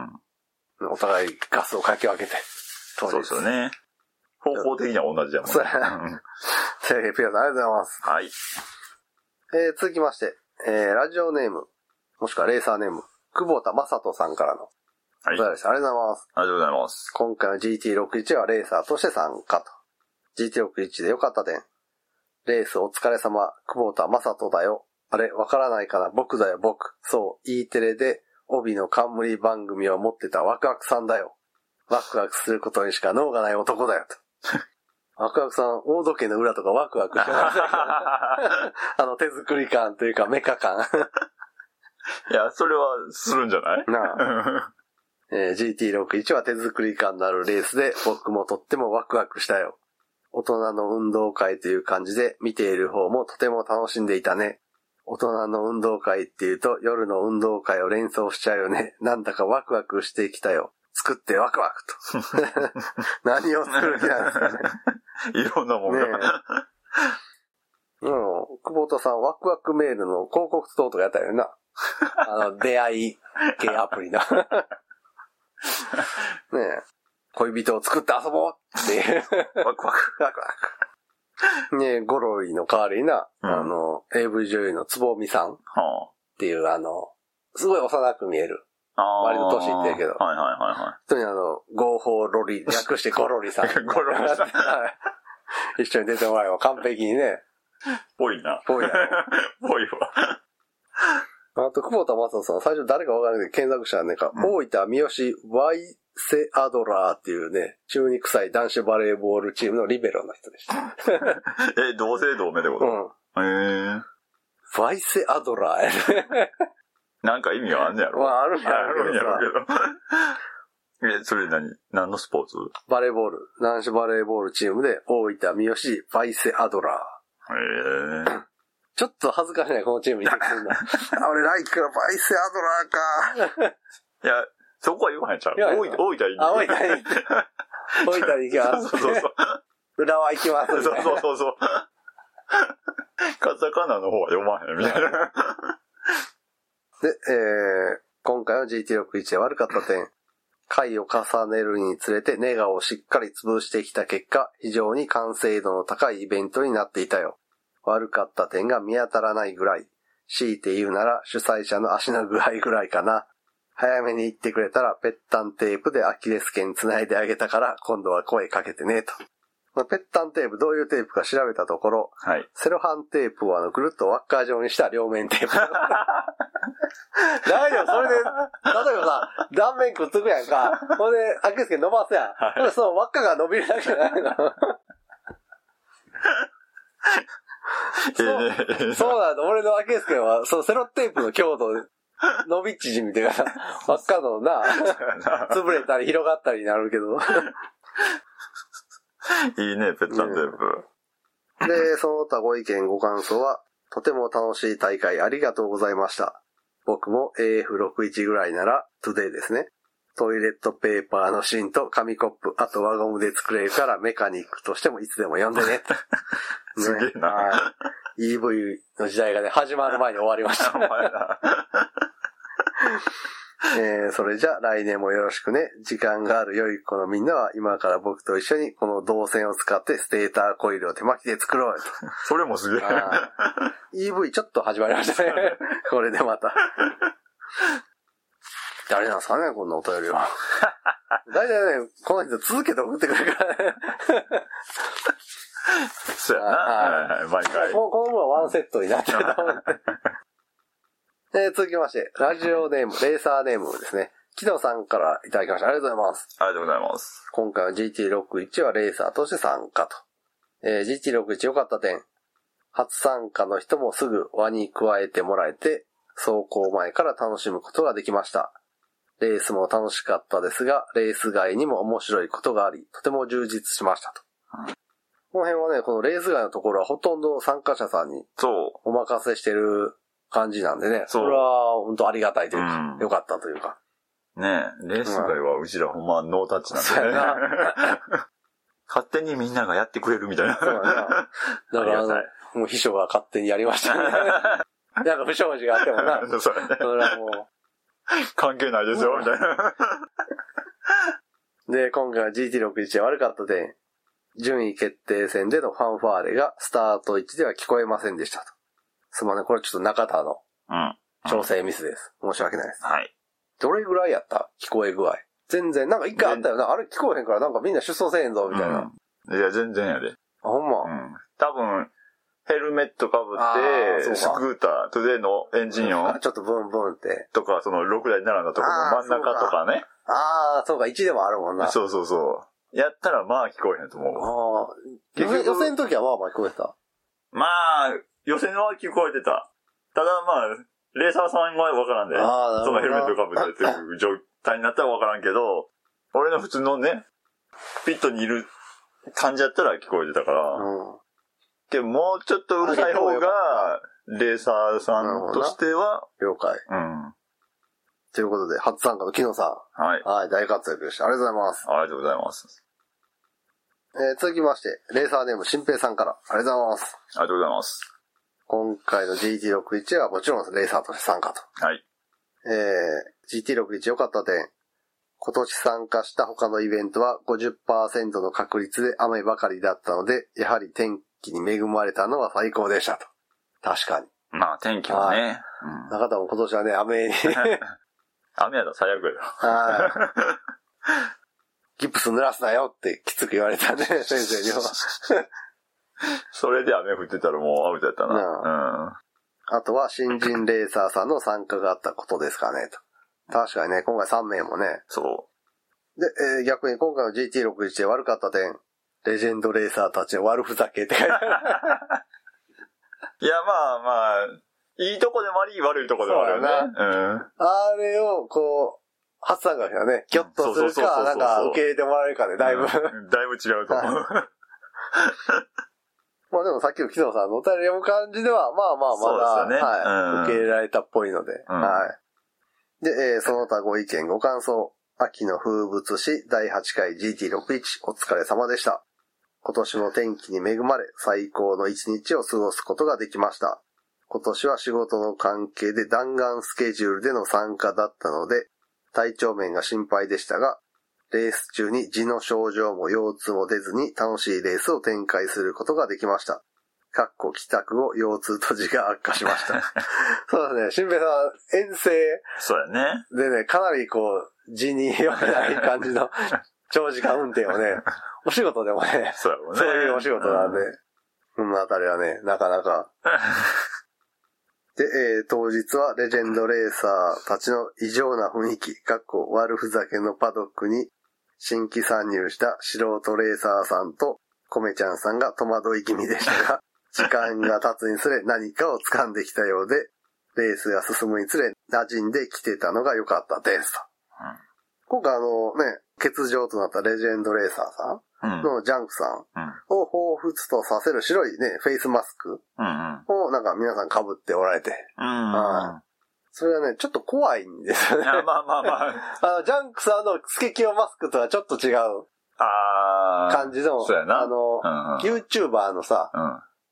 Speaker 1: お互いガスをかき分けて。
Speaker 2: そうですよね。方向的には同じやもんね。
Speaker 1: そうやな。というわけで、ピエロさんありがとうございます。
Speaker 2: はい。
Speaker 1: えー、続きまして、えー、ラジオネーム、もしくはレーサーネーム、久保田正人さんからの。はい。お便りです。ありがとうございます。
Speaker 2: ありがとうございます。
Speaker 1: 今回の ジーティーろくじゅういち はレーサーとして参加と。ジーティーろくじゅういち で良かった点。レースお疲れ様、久保田正人だよ。あれ、わからないかな僕だよ、僕。そう、E テレで帯の冠番組を持ってたワクワクさんだよ。ワクワクすることにしか脳がない男だよと。ワクワクさん、大時計の裏とかワクワクしてましたけど、あの手作り感というかメカ感。
Speaker 2: いや、それはするんじゃないなあ、
Speaker 1: えー、ジーティーろくじゅういち は手作り感のあるレースで僕もとってもワクワクしたよ。大人の運動会という感じで見ている方もとても楽しんでいたね。大人の運動会っていうと夜の運動会を連想しちゃうよね。なんだかワクワクしてきたよ。作ってワクワクと。何を作る気なんですかね。
Speaker 2: いろんなもんが。ね
Speaker 1: え。うん。久保田さん、ワクワクメールの広告等とかやったよな。あの、出会い系アプリの。ねえ。恋人を作って遊ぼうっていう。
Speaker 2: ワクワク。
Speaker 1: ワクワク。ねえ、ゴロリの代わりにな、うん、あの、エーブイ 女優のつぼみさんっていう、あの、すごい幼く見える。割と年いってるけど。
Speaker 2: はいはいはいはい。
Speaker 1: 普通にあの、合法ロリ、略してゴロリさん。
Speaker 2: ゴロリさん。
Speaker 1: 一緒に出てもらえば完璧にね。
Speaker 2: ぽいな。
Speaker 1: ぽいな。
Speaker 2: ぽいわ。
Speaker 1: あと、久保田正人さん、最初誰かわからないけど検索したらね、うん、大分三好ワイセアドラーっていうね、中に臭い男子バレーボールチームのリベロの人でした。
Speaker 2: え、同姓同名ってこと？うん。へえ。
Speaker 1: ワイセアドラーやね。
Speaker 2: なんか意味はあんねやろ。
Speaker 1: まあ、あるんやろ
Speaker 2: うけど。あるんやろうけど。え、それ何何のスポーツ？
Speaker 1: バレーボール。男子バレーボールチームで、大分三好バイセアドラ
Speaker 2: ー。へえ。
Speaker 1: ちょっと恥ずかしいね、このチームに移籍するの。俺、来季からバイセアドラーか。
Speaker 2: いや、そこは言わへんちゃう。大分、大分に。
Speaker 1: あ、大分に。大分に行きます。
Speaker 2: そうそうそう。
Speaker 1: 浦和行きます。
Speaker 2: そうそうそうそう。カタカナの方は読まへんみたいな。
Speaker 1: で、えー、今回の ジーティーろくじゅういち で悪かった点。回を重ねるにつれてネガをしっかり潰してきた結果、非常に完成度の高いイベントになっていたよ。悪かった点が見当たらないぐらい。強いて言うなら主催者の足の具合ぐらいかな。早めに言ってくれたらペッタンテープでアキレス腱繋いであげたから今度は声かけてねと。ペッタンテープどういうテープか調べたところ、はい、セロハンテープをあのぐるっと輪っか状にした両面テープ。大丈夫、それで、例えばさ、断面くっつくやんか。ほんで、アキレス腱伸ばすやん。はい、その輪っかが伸びるだけじゃないの。そう、そうなんだ。俺のアキレス腱は、そのセロテープの強度で、伸び縮みというか、輪っかのな、潰れたり広がったりになるけど。
Speaker 2: いいね、ペッタンテープ。
Speaker 1: で、その他ご意見ご感想は、とても楽しい大会ありがとうございました。僕も エーエフろくじゅういち ぐらいなら、トゥデイですね。トイレットペーパーの芯と紙コップ、あと輪ゴムで作れるからメカニックとしてもいつでも呼んでね。
Speaker 2: すげえな。
Speaker 1: イーブイ の時代がね、始まる前に終わりました。えー、それじゃ来年もよろしくね。時間がある良い子のみんなは今から僕と一緒にこの導線を使ってステーターコイルを手巻きで作ろうよと。
Speaker 2: それもすげえ。
Speaker 1: イーブイ ちょっと始まりましたね。これでまた。誰なんですかね、こんなお便りは。大体ね、この人続けて送ってくるからね。
Speaker 2: そうやな。はい、毎回。
Speaker 1: この分はワンセットになってると思って。えー、続きまして、ラジオネーム、レーサーネームですね。木戸さんからいただきました。ありがとうございます。
Speaker 2: ありがとうございます。
Speaker 1: 今回は ジーティーろくじゅういち はレーサーとして参加と。えー、ジーティーろくじゅういち 良かった点。初参加の人もすぐ輪に加えてもらえて、走行前から楽しむことができました。レースも楽しかったですが、レース外にも面白いことがあり、とても充実しましたと。うん、この辺はね、このレース外のところはほとんど参加者さんにお任せしてる感じなんでね、それは本当ありがたいというか、うん、良かったというか。
Speaker 2: ねえ、レース外はうちらほんまノータッチなんでね。勝手にみんながやってくれるみたいな。そうだな。だ
Speaker 1: からあの、もう秘書が勝手にやりましたね。なんか不祥事があってもな。
Speaker 2: そうだね。
Speaker 1: それはもう。
Speaker 2: 関係ないですよ、みたいな。
Speaker 1: で、今回は ジーティーろくじゅういち で悪かった点。順位決定戦でのファンファーレがスタート位置では聞こえませんでしたと。すまんね、これちょっと中田の調整ミスです。申し訳ないです。
Speaker 2: はい。
Speaker 1: どれぐらいやった聞こえ具合。全然、なんか一回あったよな。あれ聞こえへんからなんかみんな出走せえへんぞ、みたいな。
Speaker 2: うん、いや、全然やで。
Speaker 1: あ、ほんま。
Speaker 2: うん。多分、ヘルメット被って、スクーターでのエンジン音。
Speaker 1: ちょっとブンブンって。
Speaker 2: とか、そのろくだい並んだところの真ん中とかね。
Speaker 1: ああ、そうか、いちでもあるもんな。
Speaker 2: そうそうそう。やったらまあ聞こえへんと思う。
Speaker 1: ああ。予選の時はまあまあ聞こえてた。
Speaker 2: まあ、予選は聞こえてた。ただまあ、レーサーさんはわからんで。ああ、そのヘルメット被ってっていう状態になったらわからんけど、俺の普通のね、ピットにいる感じやったら聞こえてたから。うん。でももうちょっとうるさい方が、レーサーさんとしては、
Speaker 1: 了解。うん。ということで、初参加の木野さん。はい。はい、大活躍でした。ありがとうございます。
Speaker 2: ありがとうございます。
Speaker 1: えー、続きまして、レーサーネーム新平さんから。ありがとうございます。
Speaker 2: ありがとうございます。
Speaker 1: 今回の ジーティーろくじゅういち はもちろんレーサーとして参加と。はい。えー、ジーティーろくじゅういち 良かった点。今年参加した他のイベントは ごじゅっパーセント の確率で雨ばかりだったので、やはり天気に恵まれたのは最高でしたと。確かに。
Speaker 2: まあ天気はね。
Speaker 1: うん、中田も今年はね、雨に。
Speaker 2: 雨やったら最悪やろ。はい。
Speaker 1: ギプス濡らすなよってきつく言われたね、先生には。
Speaker 2: それで雨降ってたらもうアウトやったな。うん。
Speaker 1: あとは新人レーサーさんの参加があったことですかねと。確かにね、今回さん名もね。そう。で、えー、逆に今回の ジーティーろくじゅういち で悪かった点、レジェンドレーサーたちの悪ふざけって書いてある。
Speaker 2: いや、まあまあ、いいとこでもあり、悪いとこでもあるよね。うん。
Speaker 1: あれを、こう、初参加者がね、ギョッとするか、なんか受け入れてもらえるかで、だいぶ、うん。
Speaker 2: だいぶ違うと思う。
Speaker 1: まあでもさっきの木野さんのお便り読む感じでは、まあまあまだ、そうですね、はい、うん、受け入れられたっぽいので、うん、はい。で、えー、その他ご意見ご感想、秋の風物詩だいはちかい ジーティーろくじゅういち お疲れ様でした。今年も天気に恵まれ、最高の一日を過ごすことができました。今年は仕事の関係で弾丸スケジュールでの参加だったので、体調面が心配でしたが、レース中に痔の症状も腰痛も出ずに楽しいレースを展開することができました。かっこ帰宅後、腰痛と痔が悪化しました。そうですね、新平さん、遠征。
Speaker 2: そうやね。
Speaker 1: でね、かなりこう、痔に良くない感じの長時間運転をね、お仕事でもね、そうやもんね、そういうお仕事なんで、うん、このあたりはね、なかなか。で、えー、当日はレジェンドレーサーたちの異常な雰囲気、かっこ悪ふざけのパドックに新規参入した素人レーサーさんとコメちゃんさんが戸惑い気味でしたが、時間が経つにつれ何かを掴んできたようで、レースが進むにつれ馴染んできてたのが良かったですと。うん、今回あのね、欠場となったレジェンドレーサーさんのジャンクさんを彷彿とさせる白いね、フェイスマスクをなんか皆さん被っておられて。うんうん、それはね、ちょっと怖いんですよね。まあまあまあ。あの、ジャンクさんのスケキヨマスクとはちょっと違う感じの、あの、うんうん、YouTuber のさ、うん、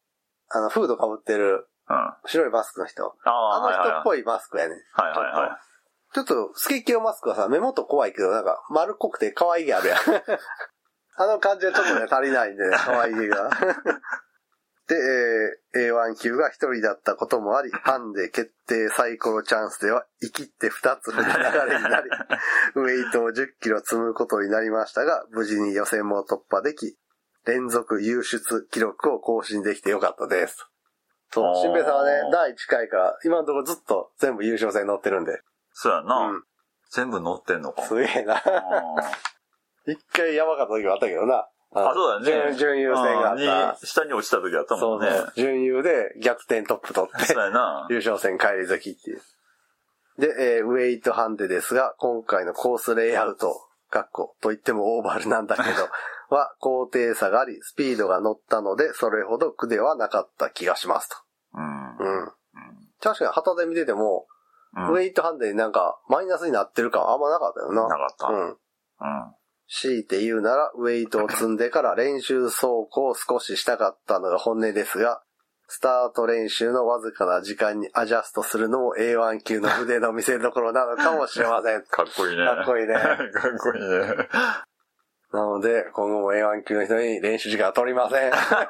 Speaker 1: あの、フード被ってる、うん、白いマスクの人。あ, あの人っぽいマスクやね。
Speaker 2: はいはいはい。
Speaker 1: ちょっと、スケッキのマスクはさ、目元怖いけど、なんか、丸っこくて可愛げあるやん。あの感じはちょっとね、足りないんでね、可愛げが。で、えー、エーワン 級が一人だったこともあり、ハンデ決定サイコロチャンスでは、生きって二つの流れになり、ウェイトをじゅっキロ積むことになりましたが、無事に予選も突破でき、連続優出記録を更新できてよかったです。そう、新平さんはね、だいいっかいから今のところずっと全部優勝戦乗ってるんで。
Speaker 2: そうやな。うん、全部乗ってんのか。
Speaker 1: すげえな。一回やばかった時もあったけどな。
Speaker 2: あ、そうだね。
Speaker 1: 準、準優戦があった。
Speaker 2: 下に落ちた時あったもんね。そうそう。
Speaker 1: 準優で逆転トップ取って。
Speaker 2: そうやな。
Speaker 1: 優勝戦返り咲きっていう。で、えー、ウェイトハンデですが、今回のコースレイアウト、かっこと言ってもオーバルなんだけど、は高低差があり、スピードが乗ったので、それほど苦ではなかった気がしますと。うん。うん。確かに旗で見てても、うん、ウェイトハンデになんかマイナスになってる感はあんまなかったよな。
Speaker 2: なかった。うん。うん。
Speaker 1: 強いて言うなら、ウェイトを積んでから練習走行を少ししたかったのが本音ですが、スタート練習のわずかな時間にアジャストするのも エーワン 級の腕の見せ所なのかもしれません。
Speaker 2: かっこいいね。
Speaker 1: かっこいいね。
Speaker 2: かっこいいね。
Speaker 1: なので、今後も エーワン 級の人に練習時間は取りません。え、だか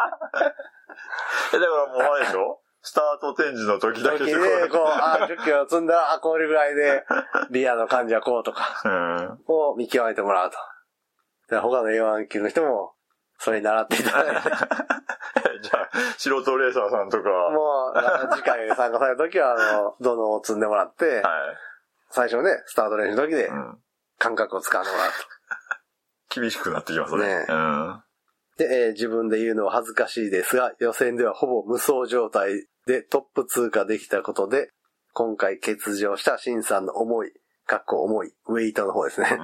Speaker 2: らもうあれでしょスタート展示の時だけでこう。
Speaker 1: で、こう、あ、じゅっキロ積んだら、あ、これぐらいで、リアの感じはこうとか、うん、を見極めてもらうと。で他の エーワン 級の人も、それに習っていただいて。
Speaker 2: じゃあ、素人レーサーさんとか。
Speaker 1: もう、次回参加されるときは、あの、どのを積んでもらって、はい、最初ね、スタート練習の時で、感覚を掴んでもらう
Speaker 2: と。厳しくなってきますね。ね、うん
Speaker 1: で、えー、自分で言うのは恥ずかしいですが、予選ではほぼ無双状態でトップ通過できたことで、今回欠場したシンさんの思い、かっこ重い、ウェイトの方ですね。うん、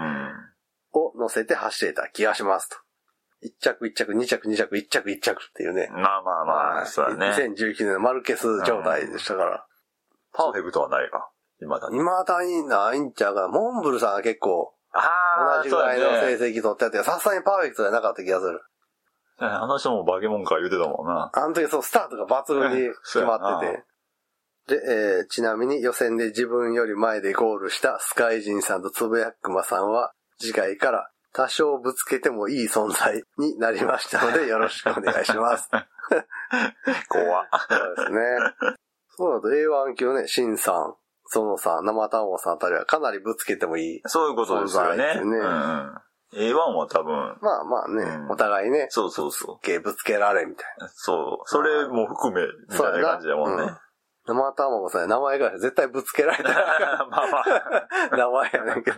Speaker 1: を乗せて走れた気がしますと。一着一着、二着二着、一着一着っていうね。
Speaker 2: まあまあまあ、そうだね。
Speaker 1: にせんじゅうきゅうねんのマルケス状態でしたから。うん、
Speaker 2: パーフェクトはないか。未だに。
Speaker 1: 未だにないんちゃうか。モンブルさんは結構、同じぐらいの成績取ってやって、さすがにパーフェクトじゃなかった気がする。
Speaker 2: あの人も化け物か言うてたもんな。
Speaker 1: あの時そう、スタートが抜群に決まってて。で、えー、ちなみに予選で自分より前でゴールしたスカイジンさんとつぶやくまさんは、次回から多少ぶつけてもいい存在になりましたので、よろしくお願いします。
Speaker 2: 怖
Speaker 1: そうですね。そうだと エーワン 級ね、シンさん、ゾノさん、生卵さんあたりはかなりぶつけてもいい。
Speaker 2: そういうことですよね。ね、うん、エーワン は多分。
Speaker 1: まあまあね、うん、お互いね。
Speaker 2: そうそうそう。
Speaker 1: ぶつけられみたいな。
Speaker 2: そう。それも含め、みたいな感じだもんね。うん、
Speaker 1: 生卵さん、名前が絶対ぶつけられたら。まあまあ。名前やねんけど。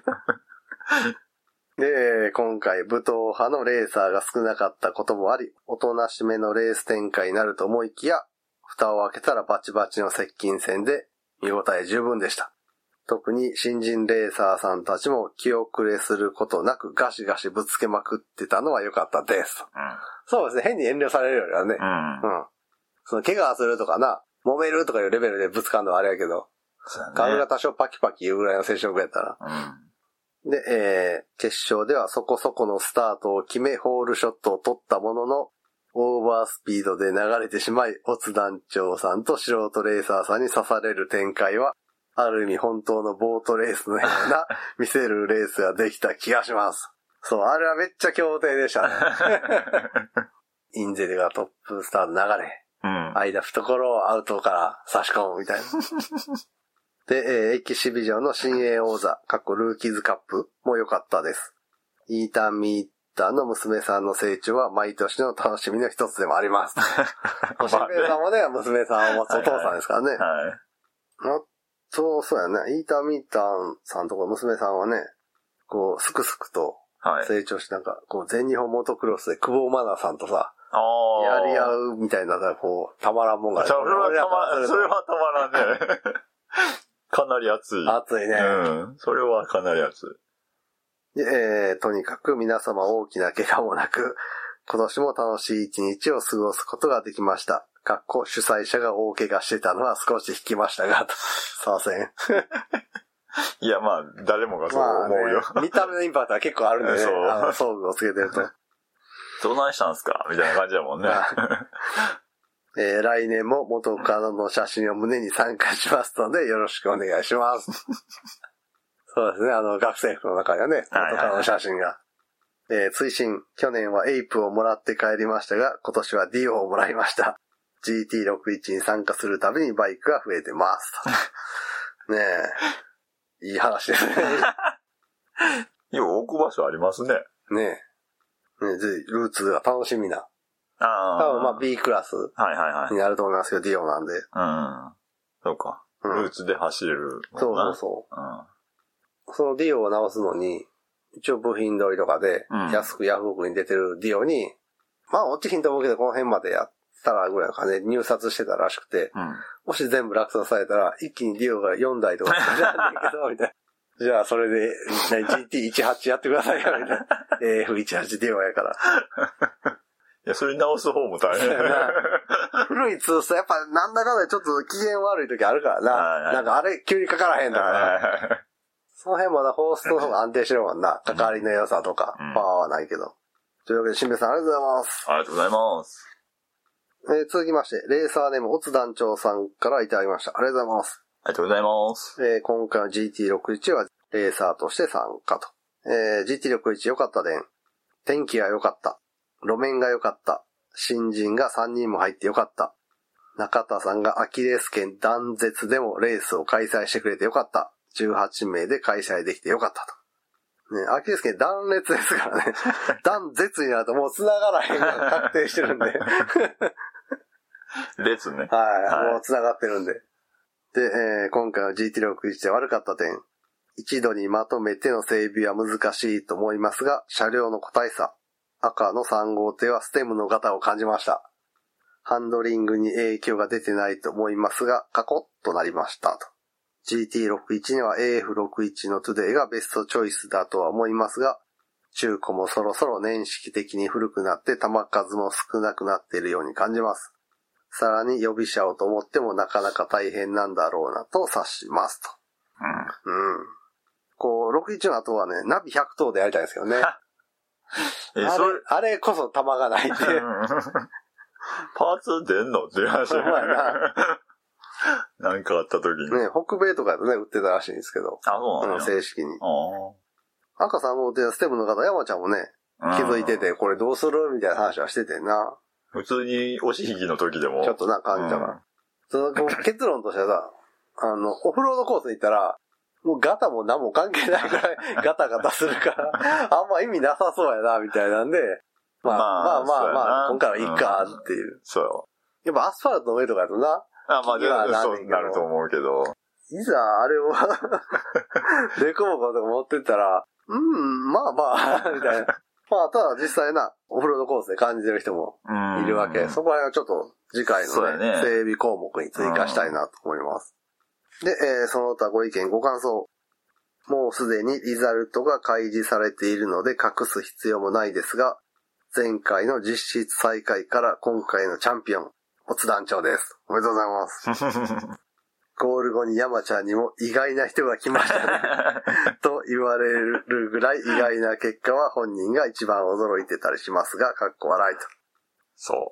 Speaker 1: で、今回武闘派のレーサーが少なかったこともあり、おとなしめのレース展開になると思いきや、蓋を開けたらバチバチの接近戦で見応え十分でした。特に新人レーサーさんたちも気遅れすることなくガシガシぶつけまくってたのは良かったです。うん、そうですね。変に遠慮されるよりはね。うん。うん。その怪我するとかな、揉めるとかいうレベルでぶつかるのはあれやけど、ガルが多少パキパキ言うぐらいの接触やったら。うん、で、えー、決勝ではそこそこのスタートを決め、ホールショットを取ったものの、オーバースピードで流れてしまい、オツ団長さんと素人レーサーさんに刺される展開は、ある意味本当のボートレースのような見せるレースができた気がします。そう、あれはめっちゃ強敵でしたね。インゼルがトップスタート流れ、うん、間懐をアウトから差し込むみたいな。で、えー、エキシビジョンの新鋭王座、過去ルーキーズカップも良かったです。イータンミーターの娘さんの成長は毎年の楽しみの一つでもあります。新平さんもね、娘さんを持つお父さんですからね。はいはいはいそう、そうやね。イーターミーターさんとか娘さんはね、こう、すくすくと成長して、なんか、こう、全日本モトクロスで久保マナさんとさ、やり合うみたいな、こう、たまらんもんがね。
Speaker 2: それはたま、それはたまらんね。かなり熱い。
Speaker 1: 熱いね。
Speaker 2: うん。それはかなり熱
Speaker 1: い。で、えー、とにかく皆様大きな怪我もなく、今年も楽しい一日を過ごすことができました。かっこ主催者が大怪我してたのは少し引きましたが、と。さあせん。
Speaker 2: いや、まあ、誰もがそう思うよ。
Speaker 1: まあね、見た目のインパクトは結構あるんでね。そう。あの装具をつけてると。
Speaker 2: どうなんしたんすかみたいな感じだもんね。
Speaker 1: えー、来年も元カノの写真を胸に参加しますのでよろしくお願いします。そうですね、あの学生服の中にはね、元カノの写真が。えー、追伸、去年はエイプをもらって帰りましたが、今年はディオをもらいました。ジーティーろくじゅういち に参加するたびにバイクが増えてます。ねえ、いい話ですね。
Speaker 2: よく置く場所ありますね。
Speaker 1: ねえ。ねえ、ルーツが楽しみな。
Speaker 2: あ
Speaker 1: あ。多分まあ B クラスになると思いますよ、
Speaker 2: デ
Speaker 1: ィオなんで。
Speaker 2: うん。そうか。ルーツで走れる、
Speaker 1: うん。そうそうそう。うん、そのディオを直すのに、一応部品取りとかで、安くヤフオクに出てるディオに、うん、まあ落ちひんと思うけど、この辺までやったらぐらいの感じで入札してたらしくて、うん、もし全部落札されたら、一気にディオがよんだいとかになるんだけど、みたいな。じゃあそれで ジーティーじゅうはち やってくださいよ、みたいな。エーエフじゅうはち ディオやから。
Speaker 2: いや、それ直す方も大変だな。
Speaker 1: 古い通さ、やっぱなんだかんだちょっと機嫌悪い時あるからな。なんかあれ急にかからへんとか。その辺まだホーストの方が安定してるもんな。関わりの良さとか、うん、パワーはないけど。というわけで、しんべヱさんありがとうございます。
Speaker 2: ありがとうございます。
Speaker 1: えー、続きまして、レーサーネームオツ団長さんからいただきました。ありがとうございます。
Speaker 2: ありがとうございます。
Speaker 1: えー、今回の ジーティーろくじゅういち はレーサーとして参加と。えー、ジーティーろくじゅういち 良かった点。天気が良かった。路面が良かった。新人がさんにんも入って良かった。中田さんがアキレス腱断絶でもレースを開催してくれて良かった。じゅうはちめいで開催できて良かったと。ね、アキレス腱断裂ですからね。断絶になるともう繋がらへんが確定してるんで。
Speaker 2: 列ね。
Speaker 1: はい、はい。もう繋がってるんで。で、えー、今回の ジーティーろくじゅういち で悪かった点。一度にまとめての整備は難しいと思いますが、車両の個体差。赤のさん号艇はステムの型を感じました。ハンドリングに影響が出てないと思いますが、カコッとなりましたと。ジーティーろくじゅういち には エーエフろくじゅういち のトゥデイがベストチョイスだとは思いますが、中古もそろそろ年式的に古くなって弾数も少なくなっているように感じます。さらに予備車をと思ってもなかなか大変なんだろうなと察しますと。うん。うん。こう、ろくじゅういちの後はね、ナビひゃくとうでやりたいんですけどね。えあれ、あれこそ弾がないって。
Speaker 2: パーツ出んのっていう話。そうやな。何かあった時に。
Speaker 1: ね、北米とかでね、売ってたらしいんですけど。
Speaker 2: あ、そうなんだ。
Speaker 1: 正式に。赤さんのステムの方、山ちゃんもね、気づいてて、これどうするみたいな話はしててんな。
Speaker 2: 普通に押し引きの時でも。
Speaker 1: ちょっとな、感じたから。うん、その結論としてはさ、あの、オフロードコース行ったら、もうガタも何も関係ないぐらいガタガタするから、あんま意味なさそうやな、みたいなんで、まあまあまあまあ、まあ、今回はいいかっていう。うん、
Speaker 2: そう。
Speaker 1: やっぱアスファルトの上とかだとな。
Speaker 2: あ、まあ、じゃあ、そうなると思うけど。
Speaker 1: いざ、あれを、デコボコとか持ってったら、うん、まあまあ、みたいな。まあ、ただ実際な、オフロードコースで感じてる人もいるわけ。そこら辺はちょっと次回のね、ね整備項目に追加したいなと思います。で、えー、その他ご意見、ご感想。もうすでにリザルトが開示されているので隠す必要もないですが、前回の実質最下位から今回のチャンピオン、オツ団長です。おめでとうございます。ゴール後に山ちゃんにも意外な人が来ましたね。と言われるぐらい意外な結果は本人が一番驚いてたりしますが、かっこ笑いと。
Speaker 2: そう。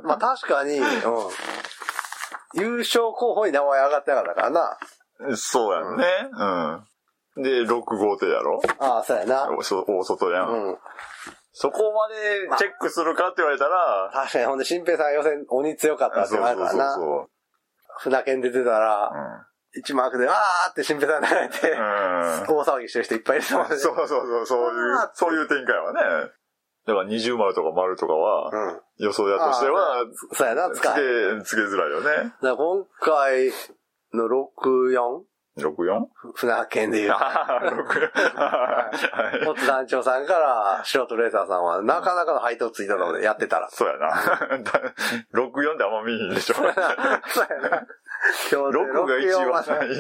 Speaker 1: まあ確かに、うん、優勝候補に名前上がってなかったからな。
Speaker 2: そうやんね。うん。で、ろく号艇やろ？
Speaker 1: ああ、そうやな。
Speaker 2: 大外やん。うん。そこまでチェックするかって言われたら。
Speaker 1: まあ、確かに、ほんで、新平さん予選鬼強かったって言われたからな。そうそうそうそう。船券出てたら、うん、一マークで、わーって新平さん流れて、うん、大騒ぎしてる人いっぱいいると思うね。
Speaker 2: そうそうそう、そういう、そういう展開はね。だから二重丸とか丸とかは、うん、予想屋としては、
Speaker 1: そうやな、使
Speaker 2: い。つけづらいよね。
Speaker 1: だから今回のろくよん？
Speaker 2: ろくよん？
Speaker 1: 船券で言う。ああ、ろくよん。オツ団長さんから素人レーサーさんはなかなかの配当ついたのでやってたら。
Speaker 2: そうやな。ろくよんであんま見えへんでしょ。そうやな。今日ろくが一番ない。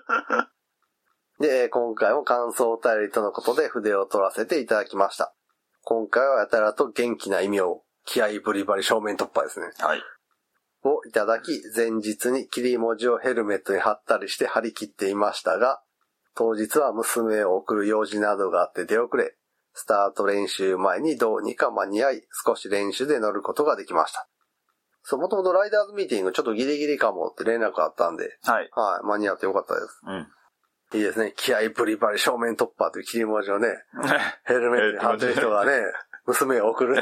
Speaker 1: で、今回も感想お便りとのことで筆を取らせていただきました。今回はやたらと元気な意味を気合いブリバリ正面突破ですね。
Speaker 2: はい。
Speaker 1: をいただき、前日に切り文字をヘルメットに貼ったりして張り切っていましたが、当日は娘を送る用事などがあって出遅れ、スタート練習前にどうにか間に合い、少し練習で乗ることができました。 そう、もともとライダーズミーティングちょっとギリギリかもって連絡あったんで。
Speaker 2: はい。
Speaker 1: はい。間に合ってよかったです。うん。いいですね。気合プリパリ正面突破という切り文字をね、ヘルメットに貼ってる人がね、娘を送る。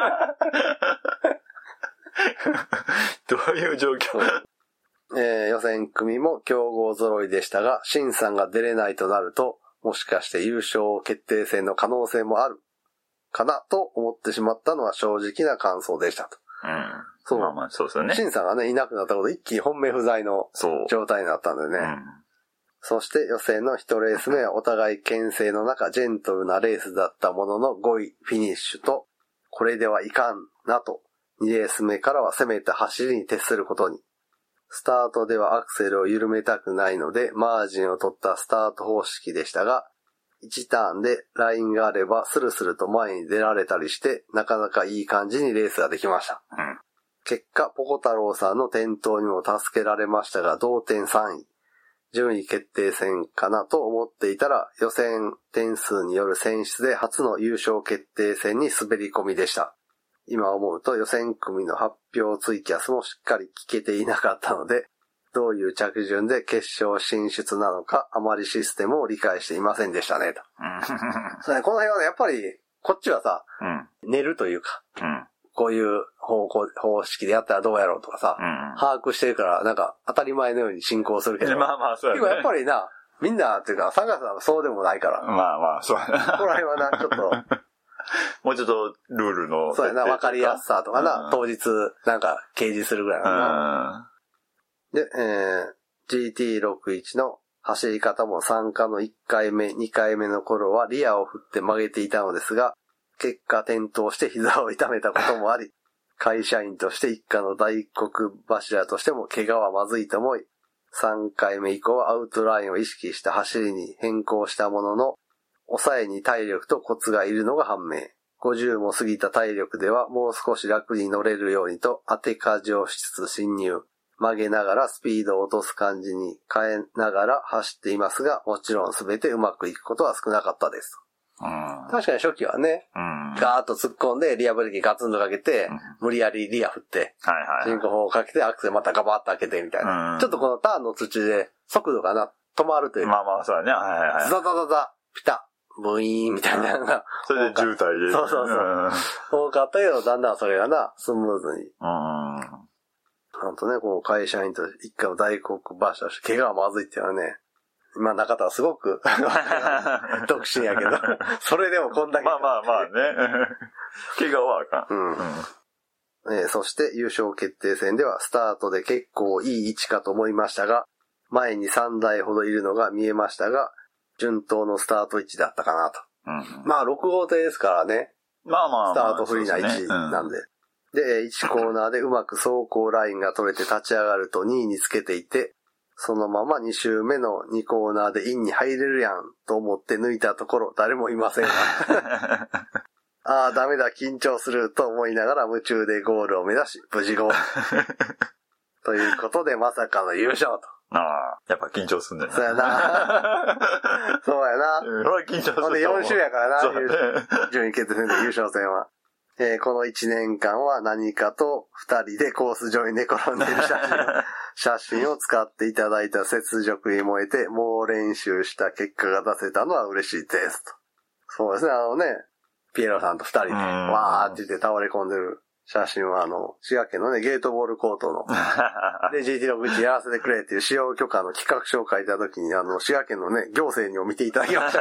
Speaker 2: どういう状況
Speaker 1: えー、予選組も強豪揃いでしたが、シンさんが出れないとなると、もしかして優勝決定戦の可能性もあるかなと思ってしまったのは正直な感想でしたと。
Speaker 2: うん。そう。まあまあそうですよね。
Speaker 1: シンさんがね、いなくなったことで一気に本命不在の状態になったんでね。うん、そして予選のいちレース目はお互い牽制の中、ジェントルなレースだったもののごいフィニッシュと、これではいかんなと、にレース目からは攻めた走りに徹することに。スタートではアクセルを緩めたくないので、マージンを取ったスタート方式でしたが、いちターンでラインがあればスルスルと前に出られたりして、なかなかいい感じにレースができました。うん、結果、ポコ太郎さんの転倒にも助けられましたが、同点さんい。順位決定戦かなと思っていたら、予選点数による選出で初の優勝決定戦に滑り込みでした。今思うと予選組の発表ツイキャスもしっかり聞けていなかったので、どういう着順で決勝進出なのか、あまりシステムを理解していませんでしたね、と。そうね、この辺はね、やっぱり、こっちはさ、うん、寝るというか、うん、こういう方向、方式でやったらどうやろうとかさ、うん、把握してるから、なんか当たり前のように進行するけど、
Speaker 2: まあまあそうやね。
Speaker 1: でもやっぱりな、みんなっていうか、サガさんはそうでもないから。
Speaker 2: まあまあ、そうやな。
Speaker 1: ここら辺はな、ちょっと、
Speaker 2: もうちょっとルールの。
Speaker 1: そうやな、わかりやすさとかな、うん、当日なんか掲示するぐらいのな。うん、で、えー、ジーティーろくじゅういち の走り方も参加のいっかいめ、にかいめの頃はリアを振って曲げていたのですが、結果転倒して膝を痛めたこともあり、会社員として一家の大黒柱としても怪我はまずいと思い、さんかいめ以降はアウトラインを意識した走りに変更したものの、抑えに体力とコツがいるのが判明。ごじゅうも過ぎた体力ではもう少し楽に乗れるようにと当て舵をしつつ進入。曲げながらスピードを落とす感じに変えながら走っていますが、もちろん全てうまくいくことは少なかったです。うん、確かに初期はね、うん、ガーッと突っ込んでリアブレーキガツンとかけて、うん、無理やりリア振って、はいはいはい、進行方をかけてアクセルまたガバッと開けてみたいな、うん。ちょっとこのターンの土で速度がな、止まるという。
Speaker 2: まあまあそうだね。はいはいはい。
Speaker 1: ザザザザ、ピタ、ブイーンみたいなのが。
Speaker 2: それで渋滞で。
Speaker 1: そうそうそう。多かったけど、だんだんそれがな、スムーズに。うん。なんとね、この会社員と一家の大黒柱として怪我はまずいっていうのはね、今中田はすごく独身やけど、それでもこんだけ。
Speaker 2: まあまあまあね。怪我はあかん。うん。
Speaker 1: うんえー、そして優勝決定戦ではスタートで結構いい位置かと思いましたが、前にさんだいほどいるのが見えましたが、順当のスタート位置だったかなと。うん、まあろく号艇ですからね。
Speaker 2: まあまあまあ。
Speaker 1: スタート不利な位置なんで。で、ねうん、で、いちコーナーでうまく走行ラインが取れて立ち上がるとにいにつけていて、そのままに周目のにコーナーでインに入れるやんと思って抜いたところ誰もいませんが。ああ、ダメだ、緊張すると思いながら夢中でゴールを目指し、無事ゴール。ということでまさかの優勝と。
Speaker 2: ああ、やっぱ緊張すんだよな。
Speaker 1: そうやな。そうやな。
Speaker 2: それは緊張する。
Speaker 1: ほんでよん週やからな、ね、順位決定戦で優勝戦は。えー、このいちねんかんは何かと二人でコース上に寝転んでいる写真を、写真を使っていただいた雪辱に燃えて、猛練習した結果が出せたのは嬉しいですと。そうですね、あのね、ピエロさんと二人で、わーって言って倒れ込んでる写真は、あの、滋賀県のね、ゲートボールコートの、で、ジーティーろくじゅういち やらせてくれっていう使用許可の企画書を書いたときに、あの、滋賀県のね、行政にも見ていただきました。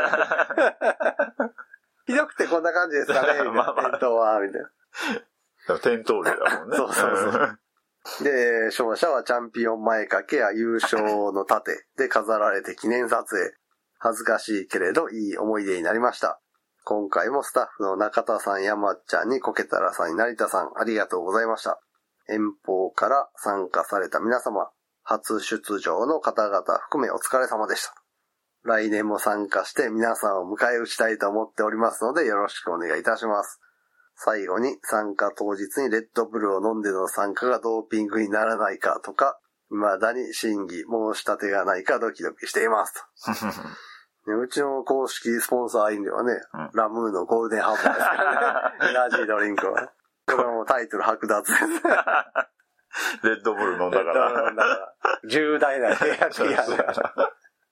Speaker 1: ひどくてこんな感じですかね、みたいな。まあまあ、転倒は、みたいな。
Speaker 2: 転倒例だもんね。
Speaker 1: そうそうそう。で、勝者はチャンピオン前掛けや優勝の盾で飾られて記念撮影。恥ずかしいけれどいい思い出になりました。今回もスタッフの中田さん、山っちゃんにコケタラさんに成田さん、ありがとうございました。遠方から参加された皆様、初出場の方々含めお疲れ様でした。来年も参加して皆さんを迎え撃ちたいと思っておりますのでよろしくお願いいたします。最後に参加当日にレッドブルを飲んでの参加がドーピングにならないかとか、未だに審議申し立てがないかドキドキしていますと。うちの公式スポンサー飲料はね、うん、ラムーのゴールデンハンバーですからね。エナジードリンクは。これもタイトル剥奪です。
Speaker 2: レッドブル飲んだから。レッドブル飲んだから。
Speaker 1: 重大な契約やな。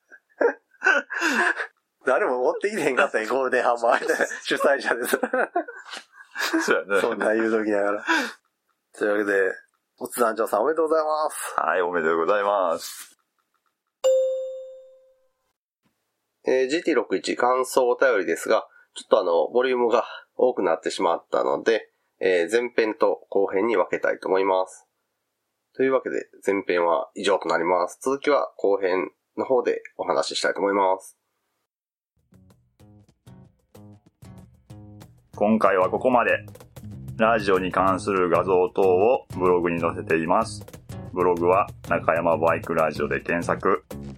Speaker 1: 誰も持ってきてへんかったよ、ゴールデンハンマーみたいな主催者です。
Speaker 2: そうやね。
Speaker 1: そんな言うときながら。というわけで、おつ団長さんおめでとうございます。
Speaker 2: はい、おめでとうございます。
Speaker 1: えー、ジーティーろくじゅういち 感想お便りですが、ちょっとあの、ボリュームが多くなってしまったので、えー、前編と後編に分けたいと思います。というわけで、前編は以上となります。続きは後編の方でお話ししたいと思います。
Speaker 2: 今回はここまで。ラジオに関する画像等をブログに載せています。ブログは中山バイクラジオで検索。